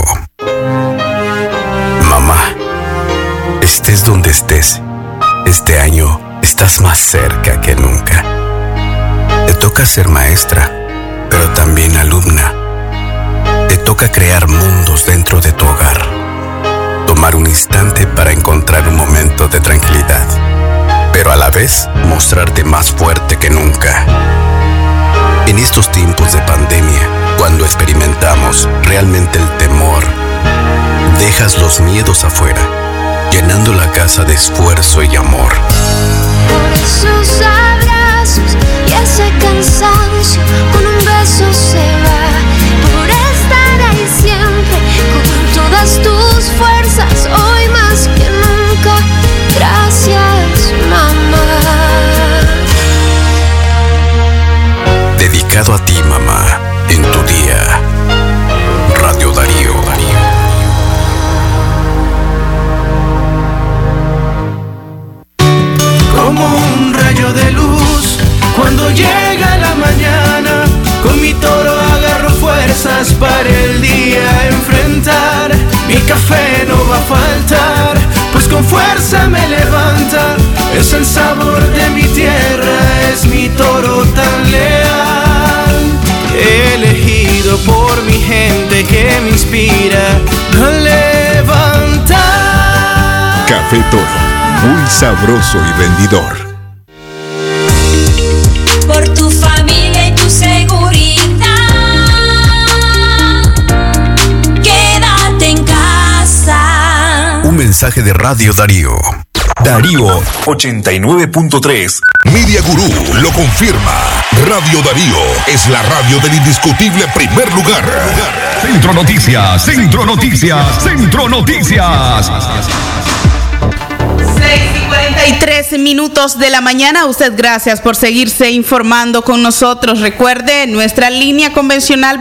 Mamá, estés donde estés, este año estás más cerca que nunca. Te toca ser maestra, pero también alumna. Te toca crear mundos dentro de tu hogar. Tomar un instante para encontrar un momento de tranquilidad, pero a la vez mostrarte más fuerte que nunca. En estos tiempos de pandemia, cuando experimentamos realmente el temor, dejas los miedos afuera, llenando la casa de esfuerzo y amor. Por esos abrazos y ese cansancio, con un beso se va. Por estar ahí siempre, con todas tus fuerzas, hoy más que nunca. Gracias, mamá. Dedicado a ti, mamá, en tu día. Radio Darío. con fuerza me levanta, es el sabor de mi tierra, es mi toro tan leal, elegido por mi gente que me inspira a levantar. Café Toro, muy sabroso y rendidor. Por tu familia y tu seguridad, quédate en casa. Un mensaje de Radio Darío. Darío 89.3. Media Gurú lo confirma. Radio Darío es la radio del indiscutible primer lugar. Centro Noticias, Centro Noticias, Centro Noticias. 6:43 minutos de la mañana. Usted, gracias por seguirse informando con nosotros. Recuerde, nuestra línea convencional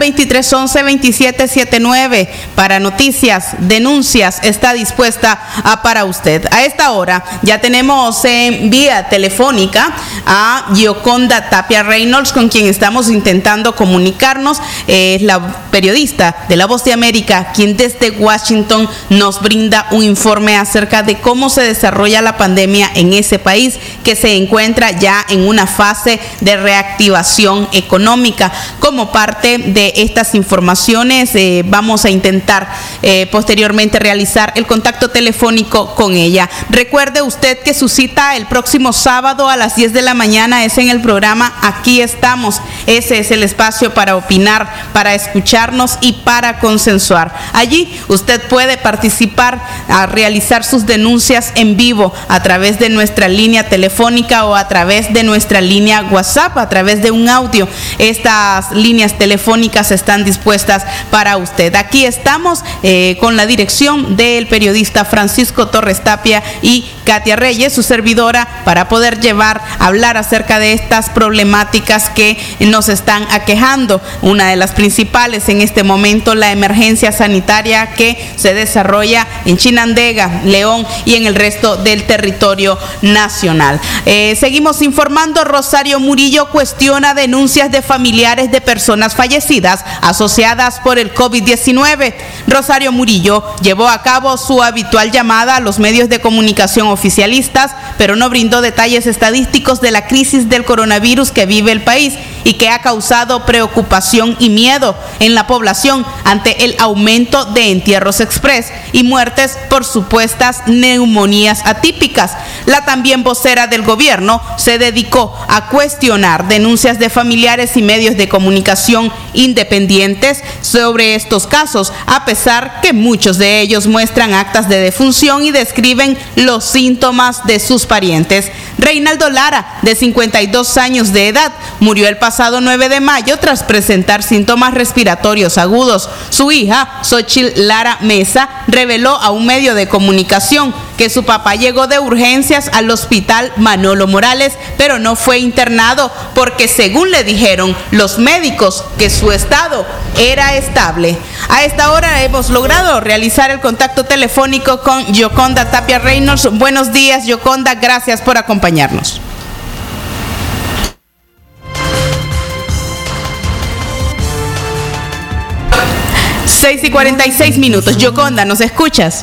2311-2779 para noticias, denuncias, está dispuesta para usted. A esta hora ya tenemos en vía telefónica a Gioconda Tapia Reynolds, con quien estamos intentando comunicarnos. Es la periodista de La Voz de América, quien desde Washington nos brinda un informe acerca de cómo se desarrolla la pandemia en ese país, que se encuentra ya en una fase de reactivación económica. Como parte de estas informaciones, vamos a intentar posteriormente realizar el contacto telefónico con ella. Recuerde usted que su cita el próximo sábado a las 10 de la mañana es en el programa Aquí Estamos. Ese es el espacio para opinar, para escucharnos y para consensuar. Allí usted puede participar, a realizar sus denuncias en vivo a través de nuestra línea telefónica o a través de nuestra línea WhatsApp, a través de un audio. Estas líneas telefónicas están dispuestas para usted. Aquí estamos con la dirección del periodista Francisco Torres Tapia y Katia Reyes, su servidora, para poder hablar acerca de estas problemáticas que nos están aquejando. Una de las principales en este momento, la emergencia sanitaria que se desarrolla en Chinandega, León y en el resto del territorio nacional. Seguimos informando. Rosario Murillo cuestiona denuncias de familiares de personas fallecidas asociadas por el COVID-19. Rosario Murillo llevó a cabo su habitual llamada a los medios de comunicación oficialistas, pero no brindó detalles estadísticos de la crisis del coronavirus que vive el país y que ha causado preocupación y miedo en la población ante el aumento de entierros express y muertes por supuestas neumonías atípicas. La también vocera del gobierno se dedicó a cuestionar denuncias de familiares y medios de comunicación independientes sobre estos casos, a pesar que muchos de ellos muestran actas de defunción y describen los síntomas de sus parientes. Reinaldo Lara, de 52 años de edad, murió el pasado 9 de mayo tras presentar síntomas respiratorios agudos. Su hija, Xochitl Lara Mesa, reveló a un medio de comunicación que su papá llegó de urgencias al hospital Manolo Morales, pero no fue internado porque, según le dijeron los médicos, que su estado era estable. A esta hora hemos logrado realizar el contacto telefónico con Gioconda Tapia Reynolds. Buenos días, Gioconda, gracias por acompañarnos. Seis y 46 minutos. Gioconda, ¿nos escuchas?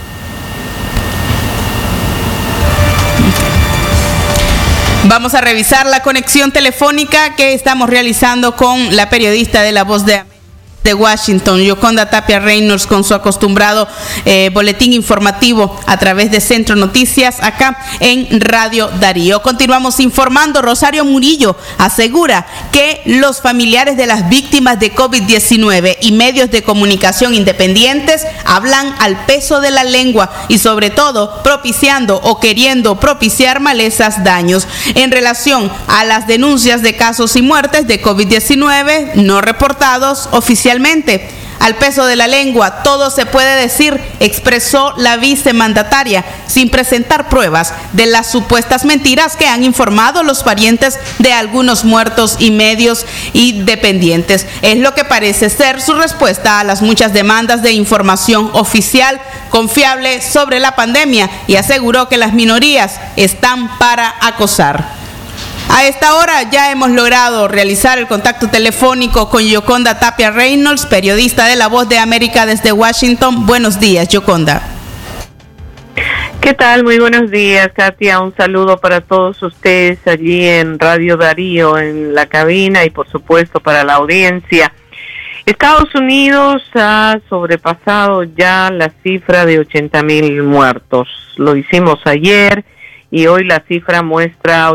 Vamos a revisar la conexión telefónica que estamos realizando con la periodista de La Voz de Washington, Gioconda Tapia Reynolds, con su acostumbrado boletín informativo a través de Centro Noticias acá en Radio Darío. Continuamos informando. Rosario Murillo asegura que los familiares de las víctimas de COVID-19 y medios de comunicación independientes hablan al peso de la lengua y sobre todo propiciando o queriendo propiciar malezas, daños en relación a las denuncias de casos y muertes de COVID-19 no reportados oficialmente. Al peso de la lengua, todo se puede decir, expresó la vicemandataria, sin presentar pruebas de las supuestas mentiras que han informado los parientes de algunos muertos y medios independientes. Es lo que parece ser su respuesta a las muchas demandas de información oficial confiable sobre la pandemia, y aseguró que las minorías están para acosar. A esta hora ya hemos logrado realizar el contacto telefónico con Gioconda Tapia Reynolds, periodista de La Voz de América desde Washington. Buenos días, Gioconda. ¿Qué tal? Muy buenos días, Katia. Un saludo para todos ustedes allí en Radio Darío, en la cabina, y por supuesto para la audiencia. Estados Unidos ha sobrepasado ya la cifra de 80,000 muertos. Lo hicimos ayer y hoy la cifra muestra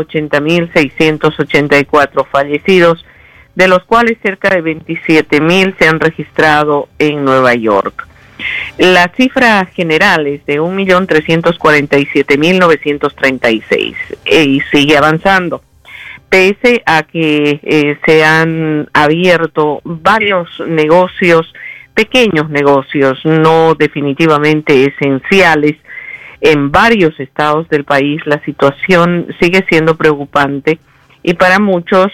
80,684 fallecidos, de los cuales cerca de 27,000 se han registrado en Nueva York. La cifra general es de 1,347,936 y sigue avanzando, pese a que se han abierto varios negocios, pequeños negocios, no definitivamente esenciales. En varios estados del país la situación sigue siendo preocupante y para muchos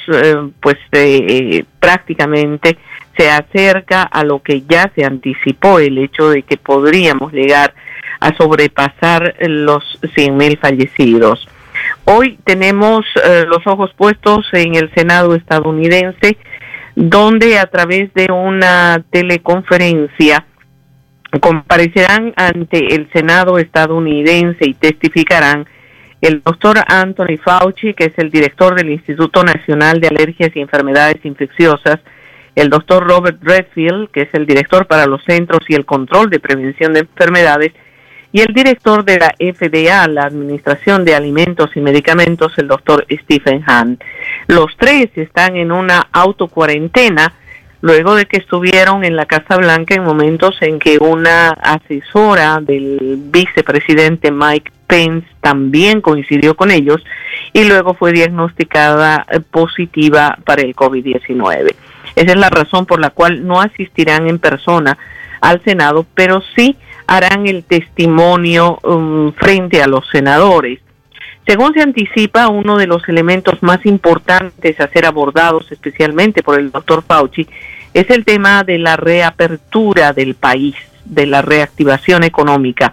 prácticamente se acerca a lo que ya se anticipó, el hecho de que podríamos llegar a sobrepasar los 100,000 fallecidos. Hoy tenemos los ojos puestos en el Senado estadounidense, donde a través de una teleconferencia comparecerán ante el Senado estadounidense y testificarán el doctor Anthony Fauci, que es el director del Instituto Nacional de Alergias y Enfermedades Infecciosas, el doctor Robert Redfield, que es el director para los Centros y el Control de Prevención de Enfermedades, y el director de la FDA, la Administración de Alimentos y Medicamentos, el doctor Stephen Hahn. Los tres están en una autocuarentena luego de que estuvieron en la Casa Blanca en momentos en que una asesora del vicepresidente Mike Pence también coincidió con ellos y luego fue diagnosticada positiva para el COVID-19. Esa es la razón por la cual no asistirán en persona al Senado, pero sí harán el testimonio frente a los senadores. Según se anticipa, uno de los elementos más importantes a ser abordados, especialmente por el doctor Fauci, es el tema de la reapertura del país, de la reactivación económica.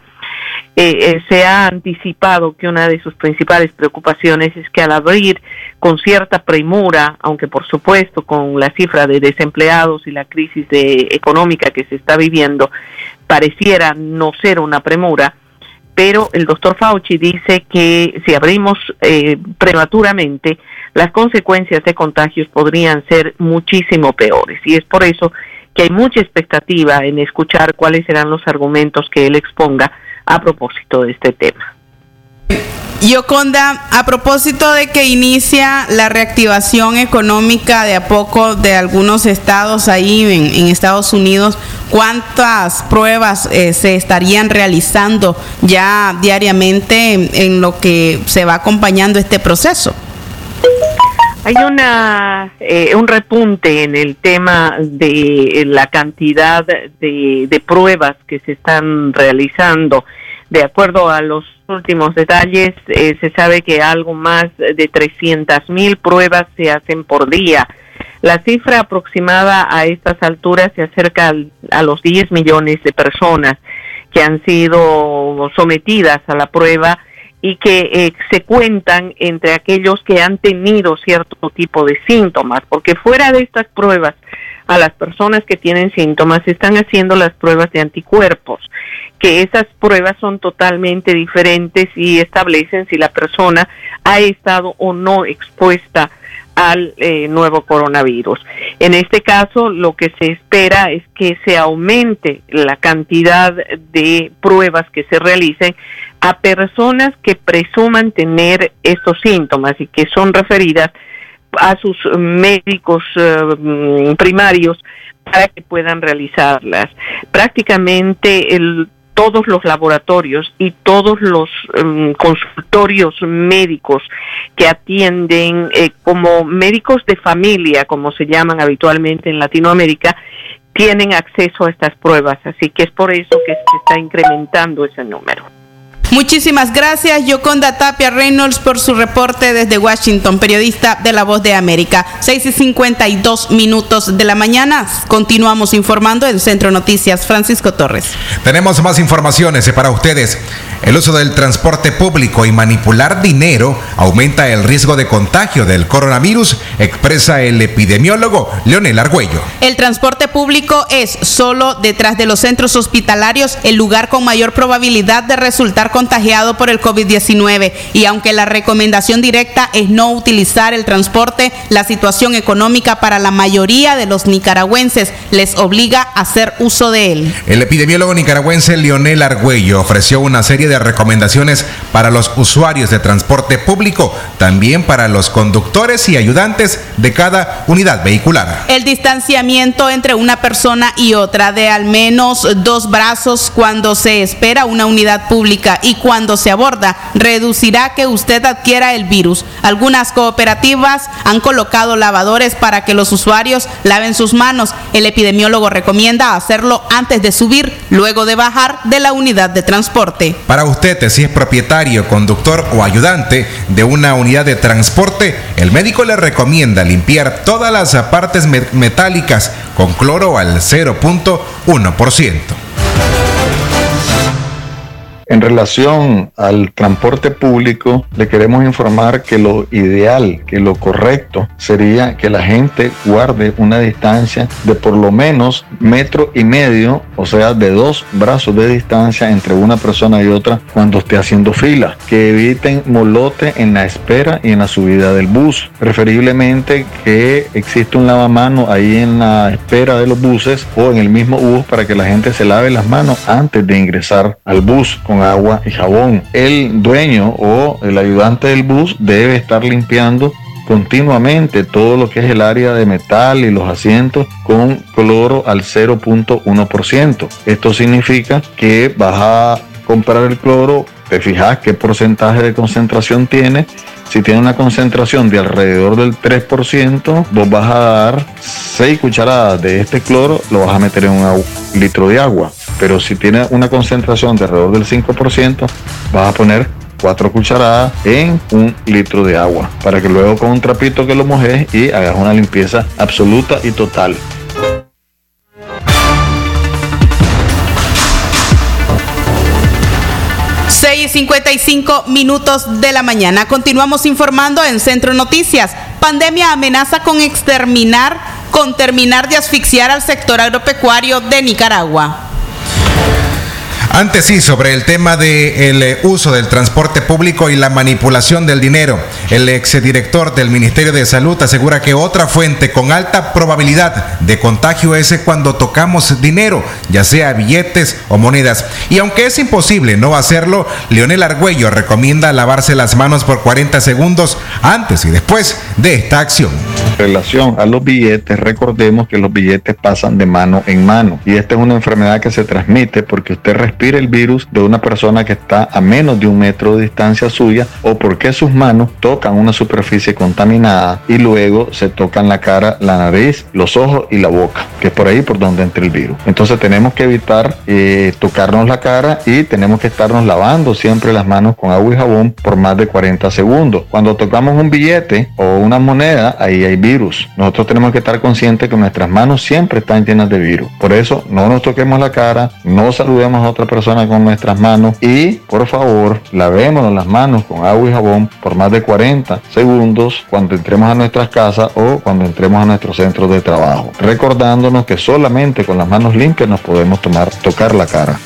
Se ha anticipado que una de sus principales preocupaciones es que al abrir con cierta premura, aunque por supuesto con la cifra de desempleados y la crisis económica que se está viviendo, pareciera no ser una premura, pero el doctor Fauci dice que si abrimos prematuramente, las consecuencias de contagios podrían ser muchísimo peores. Y es por eso que hay mucha expectativa en escuchar cuáles serán los argumentos que él exponga a propósito de este tema. Yoconda, a propósito de que inicia la reactivación económica de a poco de algunos estados ahí en Estados Unidos, ¿cuántas pruebas se estarían realizando ya diariamente en lo que se va acompañando este proceso? Hay un repunte en el tema de la cantidad de pruebas que se están realizando. De acuerdo a los últimos detalles, se sabe que algo más de 300,000 pruebas se hacen por día. La cifra aproximada a estas alturas se acerca a los 10 millones de personas que han sido sometidas a la prueba y que se cuentan entre aquellos que han tenido cierto tipo de síntomas, porque fuera de estas pruebas, a las personas que tienen síntomas se están haciendo las pruebas de anticuerpos, que esas pruebas son totalmente diferentes y establecen si la persona ha estado o no expuesta al nuevo coronavirus. En este caso, lo que se espera es que se aumente la cantidad de pruebas que se realicen a personas que presuman tener estos síntomas y que son referidas a sus médicos primarios para que puedan realizarlas. Prácticamente todos los laboratorios y todos los consultorios médicos que atienden como médicos de familia, como se llaman habitualmente en Latinoamérica, tienen acceso a estas pruebas, así que es por eso que se está incrementando ese número. Muchísimas gracias, Yoconda Tapia Reynolds, por su reporte desde Washington, periodista de La Voz de América. 6:52 de la mañana. Continuamos informando en Centro Noticias. Francisco Torres. Tenemos más informaciones para ustedes. El uso del transporte público y manipular dinero aumenta el riesgo de contagio del coronavirus, expresa el epidemiólogo Leonel Argüello. El transporte público es, solo detrás de los centros hospitalarios, el lugar con mayor probabilidad de resultar contagiado por el COVID-19. Y aunque la recomendación directa es no utilizar el transporte, la situación económica para la mayoría de los nicaragüenses les obliga a hacer uso de él. El epidemiólogo nicaragüense Leonel Argüello ofreció una serie de recomendaciones para los usuarios de transporte público, también para los conductores y ayudantes de cada unidad vehicular. El distanciamiento entre una persona y otra de al menos 2 brazos cuando se espera una unidad pública y cuando se aborda reducirá que usted adquiera el virus. Algunas cooperativas han colocado lavadores para que los usuarios laven sus manos. El epidemiólogo recomienda hacerlo antes de subir, luego de bajar de la unidad de transporte. Para usted, si es propietario, conductor o ayudante de una unidad de transporte, el médico le recomienda limpiar todas las partes metálicas con cloro al 0.1%. En relación al transporte público, le queremos informar que lo ideal, que lo correcto sería que la gente guarde una distancia de por lo menos 1,5 metros, o sea, de 2 brazos de distancia entre una persona y otra cuando esté haciendo fila. Que eviten molote en la espera y en la subida del bus. Preferiblemente que exista un lavamano ahí en la espera de los buses o en el mismo bus para que la gente se lave las manos antes de ingresar al bus con agua y jabón. El dueño o el ayudante del bus debe estar limpiando continuamente todo lo que es el área de metal y los asientos con cloro al 0.1%. Esto significa que vas a comprar el cloro, te fijas qué porcentaje de concentración tiene. Si tiene una concentración de alrededor del 3%, vos vas a dar 6 cucharadas de este cloro, lo vas a meter en 1 litro de agua. Pero si tiene una concentración de alrededor del 5%, vas a poner 4 cucharadas en 1 litro de agua, para que luego con un trapito que lo mojes y hagas una limpieza absoluta y total. y 55 minutos de la mañana. Continuamos informando en Centro Noticias. Pandemia amenaza con terminar de asfixiar al sector agropecuario de Nicaragua. Antes sí, sobre el tema del uso del transporte público y la manipulación del dinero, el exdirector del Ministerio de Salud asegura que otra fuente con alta probabilidad de contagio es cuando tocamos dinero, ya sea billetes o monedas. Y aunque es imposible no hacerlo, Leonel Argüello recomienda lavarse las manos por 40 segundos antes y después de esta acción. En relación a los billetes, recordemos que los billetes pasan de mano en mano y esta es una enfermedad que se transmite porque usted respira el virus de una persona que está a menos de 1 metro de distancia suya o porque sus manos tocan una superficie contaminada y luego se tocan la cara, la nariz, los ojos y la boca, que es por ahí por donde entra el virus. Entonces tenemos que evitar tocarnos la cara y tenemos que estarnos lavando siempre las manos con agua y jabón por más de 40 segundos. Cuando tocamos un billete o una moneda, ahí hay virus. Nosotros tenemos que estar conscientes que nuestras manos siempre están llenas de virus. Por eso no nos toquemos la cara, no saludemos a otra persona con nuestras manos y por favor lavémonos las manos con agua y jabón por más de 40 segundos cuando entremos a nuestras casas o cuando entremos a nuestros centros de trabajo, recordándonos que solamente con las manos limpias nos podemos tocar la cara.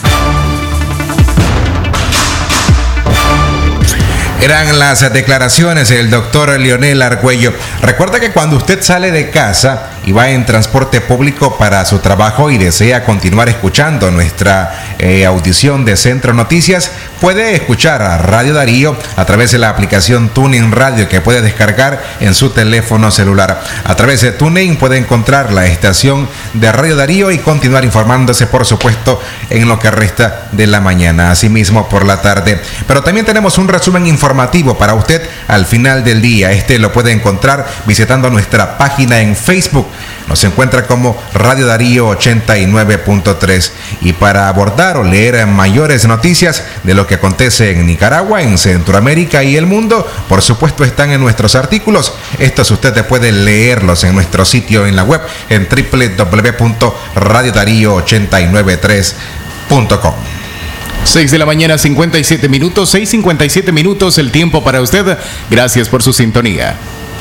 Eran las declaraciones del doctor Leonel Argüello. Recuerda que cuando usted sale de casa y va en transporte público para su trabajo y desea continuar escuchando nuestra audición de Centro Noticias, puede escuchar a Radio Darío a través de la aplicación TuneIn Radio que puede descargar en su teléfono celular. A través de TuneIn puede encontrar la estación de Radio Darío y continuar informándose, por supuesto, en lo que resta de la mañana, asimismo por la tarde. Pero también tenemos un resumen informativo para usted al final del día. Este lo puede encontrar visitando nuestra página en Facebook. Nos encuentra como Radio Darío 89.3. Y para abordar o leer mayores noticias de lo que acontece en Nicaragua, en Centroamérica y el mundo, por supuesto están en nuestros artículos. Estos usted puede leerlos en nuestro sitio en la web en www.radiodario893.com. 6 de la mañana, 57 minutos, 6:57 minutos el tiempo para usted. Gracias por su sintonía.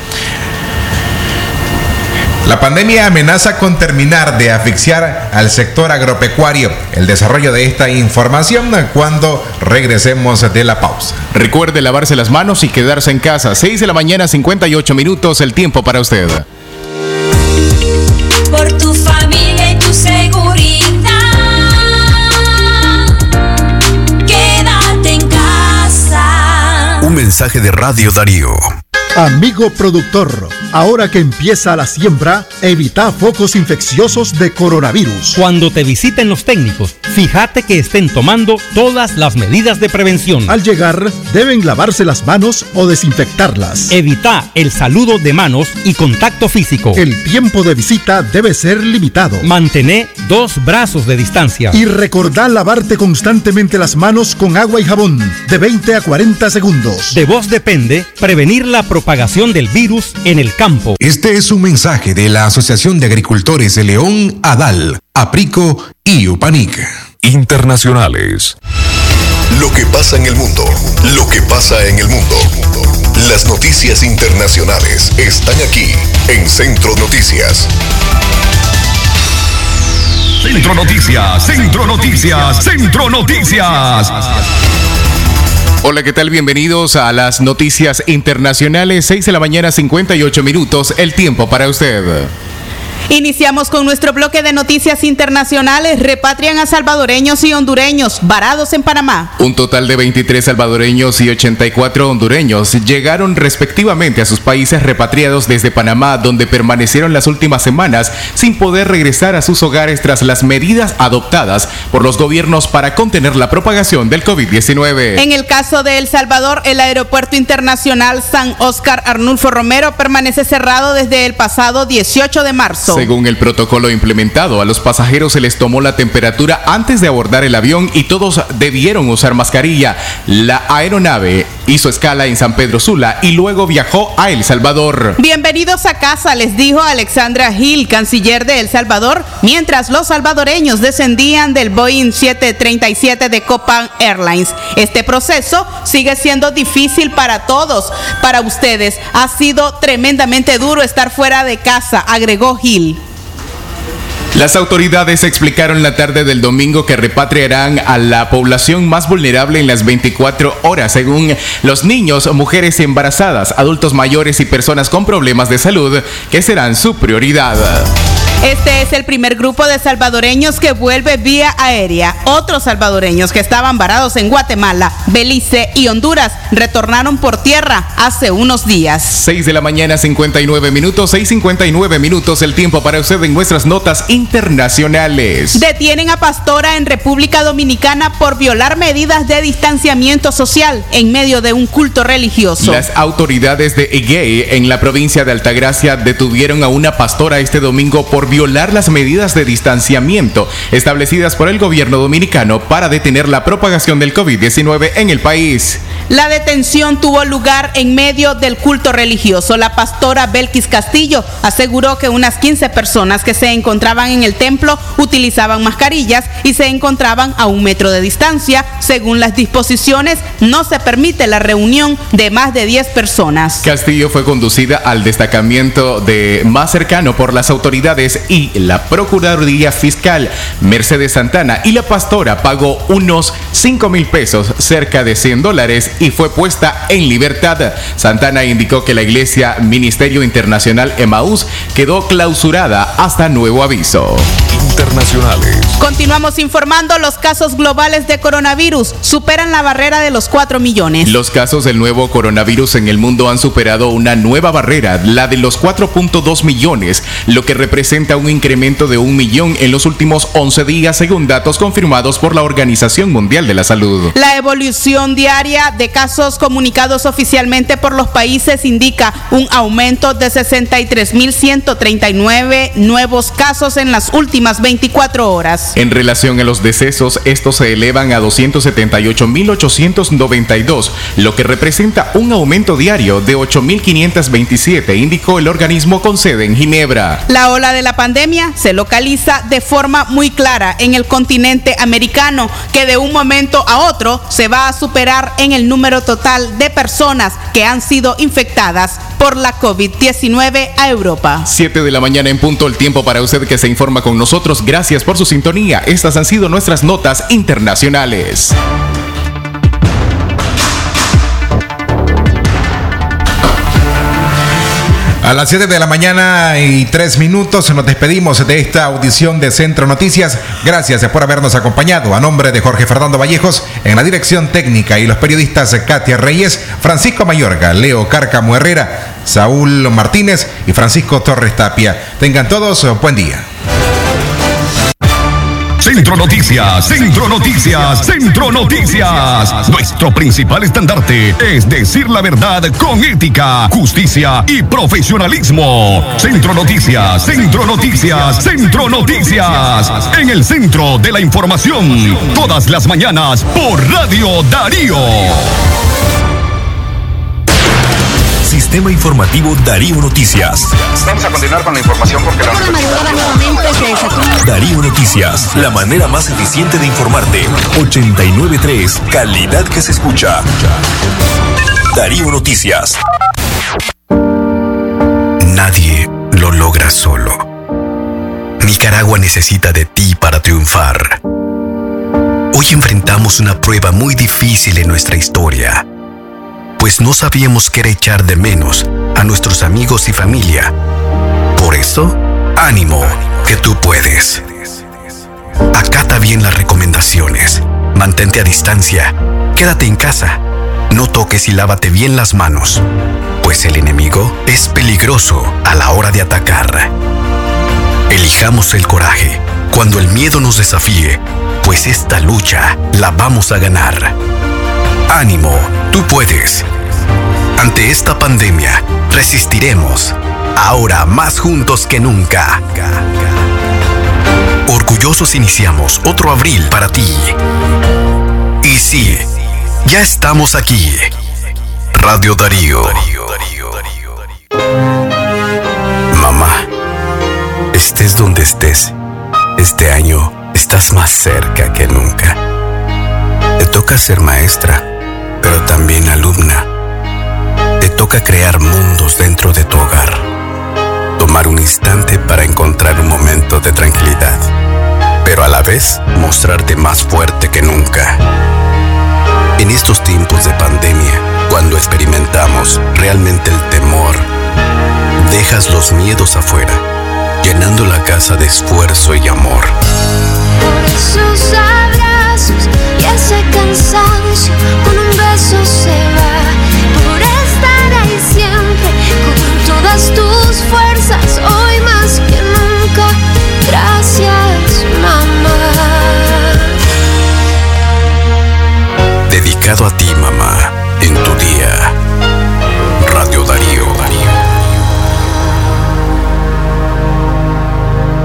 La pandemia amenaza con terminar de asfixiar al sector agropecuario. El desarrollo de esta información cuando regresemos de la pausa. Recuerde lavarse las manos y quedarse en casa. 6 de la mañana, 58 minutos el tiempo para usted. Por tu familia y tu seguridad, quédate en casa. Un mensaje de Radio Darío. Amigo productor, ahora que empieza la siembra, evita focos infecciosos de coronavirus. Cuando te visiten los técnicos, fíjate que estén tomando todas las medidas de prevención. Al llegar, deben lavarse las manos o desinfectarlas. Evita el saludo de manos y contacto físico. El tiempo de visita debe ser limitado. Mantén 2 brazos de distancia. Y recordá lavarte constantemente las manos con agua y jabón, de 20 a 40 segundos. De vos depende prevenir la propagación del virus en el campo. Este es un mensaje de la Asociación de Agricultores de León, ADAL, APRICO y UPANIC. Internacionales. Lo que pasa en el mundo, lo que pasa en el mundo. Las noticias internacionales están aquí en Centro Noticias. Centro Noticias, Centro Noticias, Centro Noticias. Hola, ¿qué tal? Bienvenidos a las noticias internacionales. 6 de la mañana, 58 minutos, el tiempo para usted. Iniciamos con nuestro bloque de noticias internacionales. Repatrian a salvadoreños y hondureños varados en Panamá. Un total de 23 salvadoreños y 84 hondureños llegaron respectivamente a sus países repatriados desde Panamá, donde permanecieron las últimas semanas sin poder regresar a sus hogares tras las medidas adoptadas por los gobiernos para contener la propagación del COVID-19. En el caso de El Salvador, el aeropuerto internacional San Óscar Arnulfo Romero permanece cerrado desde el pasado 18 de marzo. Según el protocolo implementado, a los pasajeros se les tomó la temperatura antes de abordar el avión y todos debieron usar mascarilla. La aeronave hizo escala en San Pedro Sula y luego viajó a El Salvador. Bienvenidos a casa, les dijo Alexandra Hill, canciller de El Salvador, mientras los salvadoreños descendían del Boeing 737 de Copan Airlines. Este proceso sigue siendo difícil para todos. Para ustedes ha sido tremendamente duro estar fuera de casa, agregó Hill. Las autoridades explicaron la tarde del domingo que repatriarán a la población más vulnerable en las 24 horas, según los niños, mujeres embarazadas, adultos mayores y personas con problemas de salud, que serán su prioridad. Este es el primer grupo de salvadoreños que vuelve vía aérea. Otros salvadoreños que estaban varados en Guatemala, Belice y Honduras retornaron por tierra hace unos días. 6 de la mañana, 59 minutos, 6:59 minutos, el tiempo para usted en nuestras notas internacionales. Detienen a pastora en República Dominicana por violar medidas de distanciamiento social en medio de un culto religioso. Las autoridades de Higüey, en la provincia de Altagracia, detuvieron a una pastora este domingo por violar las medidas de distanciamiento establecidas por el gobierno dominicano para detener la propagación del COVID-19 en el país. La detención tuvo lugar en medio del culto religioso. La pastora Belkis Castillo aseguró que unas 15 personas que se encontraban en el templo utilizaban mascarillas y se encontraban a 1 metro de distancia. Según las disposiciones, no se permite la reunión de más de 10 personas. Castillo fue conducida al destacamento más cercano por las autoridades y la Procuraduría Fiscal Mercedes Santana, y la pastora pagó unos 5,000 pesos, cerca de $100, y fue puesta en libertad. Santana indicó que la iglesia Ministerio Internacional Emaús quedó clausurada hasta nuevo aviso. Internacionales. Continuamos informando. Los casos globales de coronavirus superan la barrera de los 4 millones. Los casos del nuevo coronavirus en el mundo han superado una nueva barrera, la de los 4.2 millones, lo que representa un incremento de 1 millón en los últimos 11 días, según datos confirmados por la Organización Mundial de la Salud. La evolución diaria de casos comunicados oficialmente por los países indica un aumento de 63.139 nuevos casos en las últimas 24 horas. En relación a los decesos, estos se elevan a 278.892, lo que representa un aumento diario de 8.527, indicó el organismo con sede en Ginebra. La ola de la pandemia se localiza de forma muy clara en el continente americano, que de un momento a otro se va a superar en el número total de personas que han sido infectadas por la COVID-19 a Europa. 7 de la mañana en punto, el tiempo para usted que se informa con nosotros. Gracias por su sintonía. Estas han sido nuestras notas internacionales. A las 7 de la mañana y 3 minutos nos despedimos de esta audición de Centro Noticias. Gracias por habernos acompañado. A nombre de Jorge Fernando Vallejos, en la dirección técnica, y los periodistas Katia Reyes, Francisco Mayorga, Leo Cárcamo Herrera, Saúl Martínez y Francisco Torres Tapia. Tengan todos buen día. Centro Noticias, Centro Noticias, Centro Noticias. Nuestro principal estandarte es decir la verdad con ética, justicia y profesionalismo. Centro Noticias, Centro Noticias, Centro Noticias. En el centro de la información, todas las mañanas por Radio Darío. Sistema Informativo Darío Noticias. Vamos a continuar con la información porque la madrugada nuevamente se desató. Darío Noticias, la manera más eficiente de informarte. 89.3, calidad que se escucha. Darío Noticias. Nadie lo logra solo. Nicaragua necesita de ti para triunfar. Hoy enfrentamos una prueba muy difícil en nuestra historia, pues no sabíamos qué era echar de menos a nuestros amigos y familia. Por eso, ánimo, que tú puedes. Acata bien las recomendaciones, mantente a distancia, quédate en casa, no toques y lávate bien las manos, pues el enemigo es peligroso a la hora de atacar. Elijamos el coraje cuando el miedo nos desafíe, pues esta lucha la vamos a ganar. Ánimo, tú puedes. Ante esta pandemia, resistiremos, ahora más juntos que nunca. Orgullosos iniciamos otro abril para ti. Y sí, ya estamos aquí. Radio Darío. Mamá, estés donde estés, este año estás más cerca que nunca. Te toca ser maestra, pero también alumna. Te toca crear mundos dentro de tu hogar. Tomar un instante para encontrar un momento de tranquilidad, pero a la vez mostrarte más fuerte que nunca. En estos tiempos de pandemia, cuando experimentamos realmente el temor, dejas los miedos afuera, llenando la casa de esfuerzo y amor. Por eso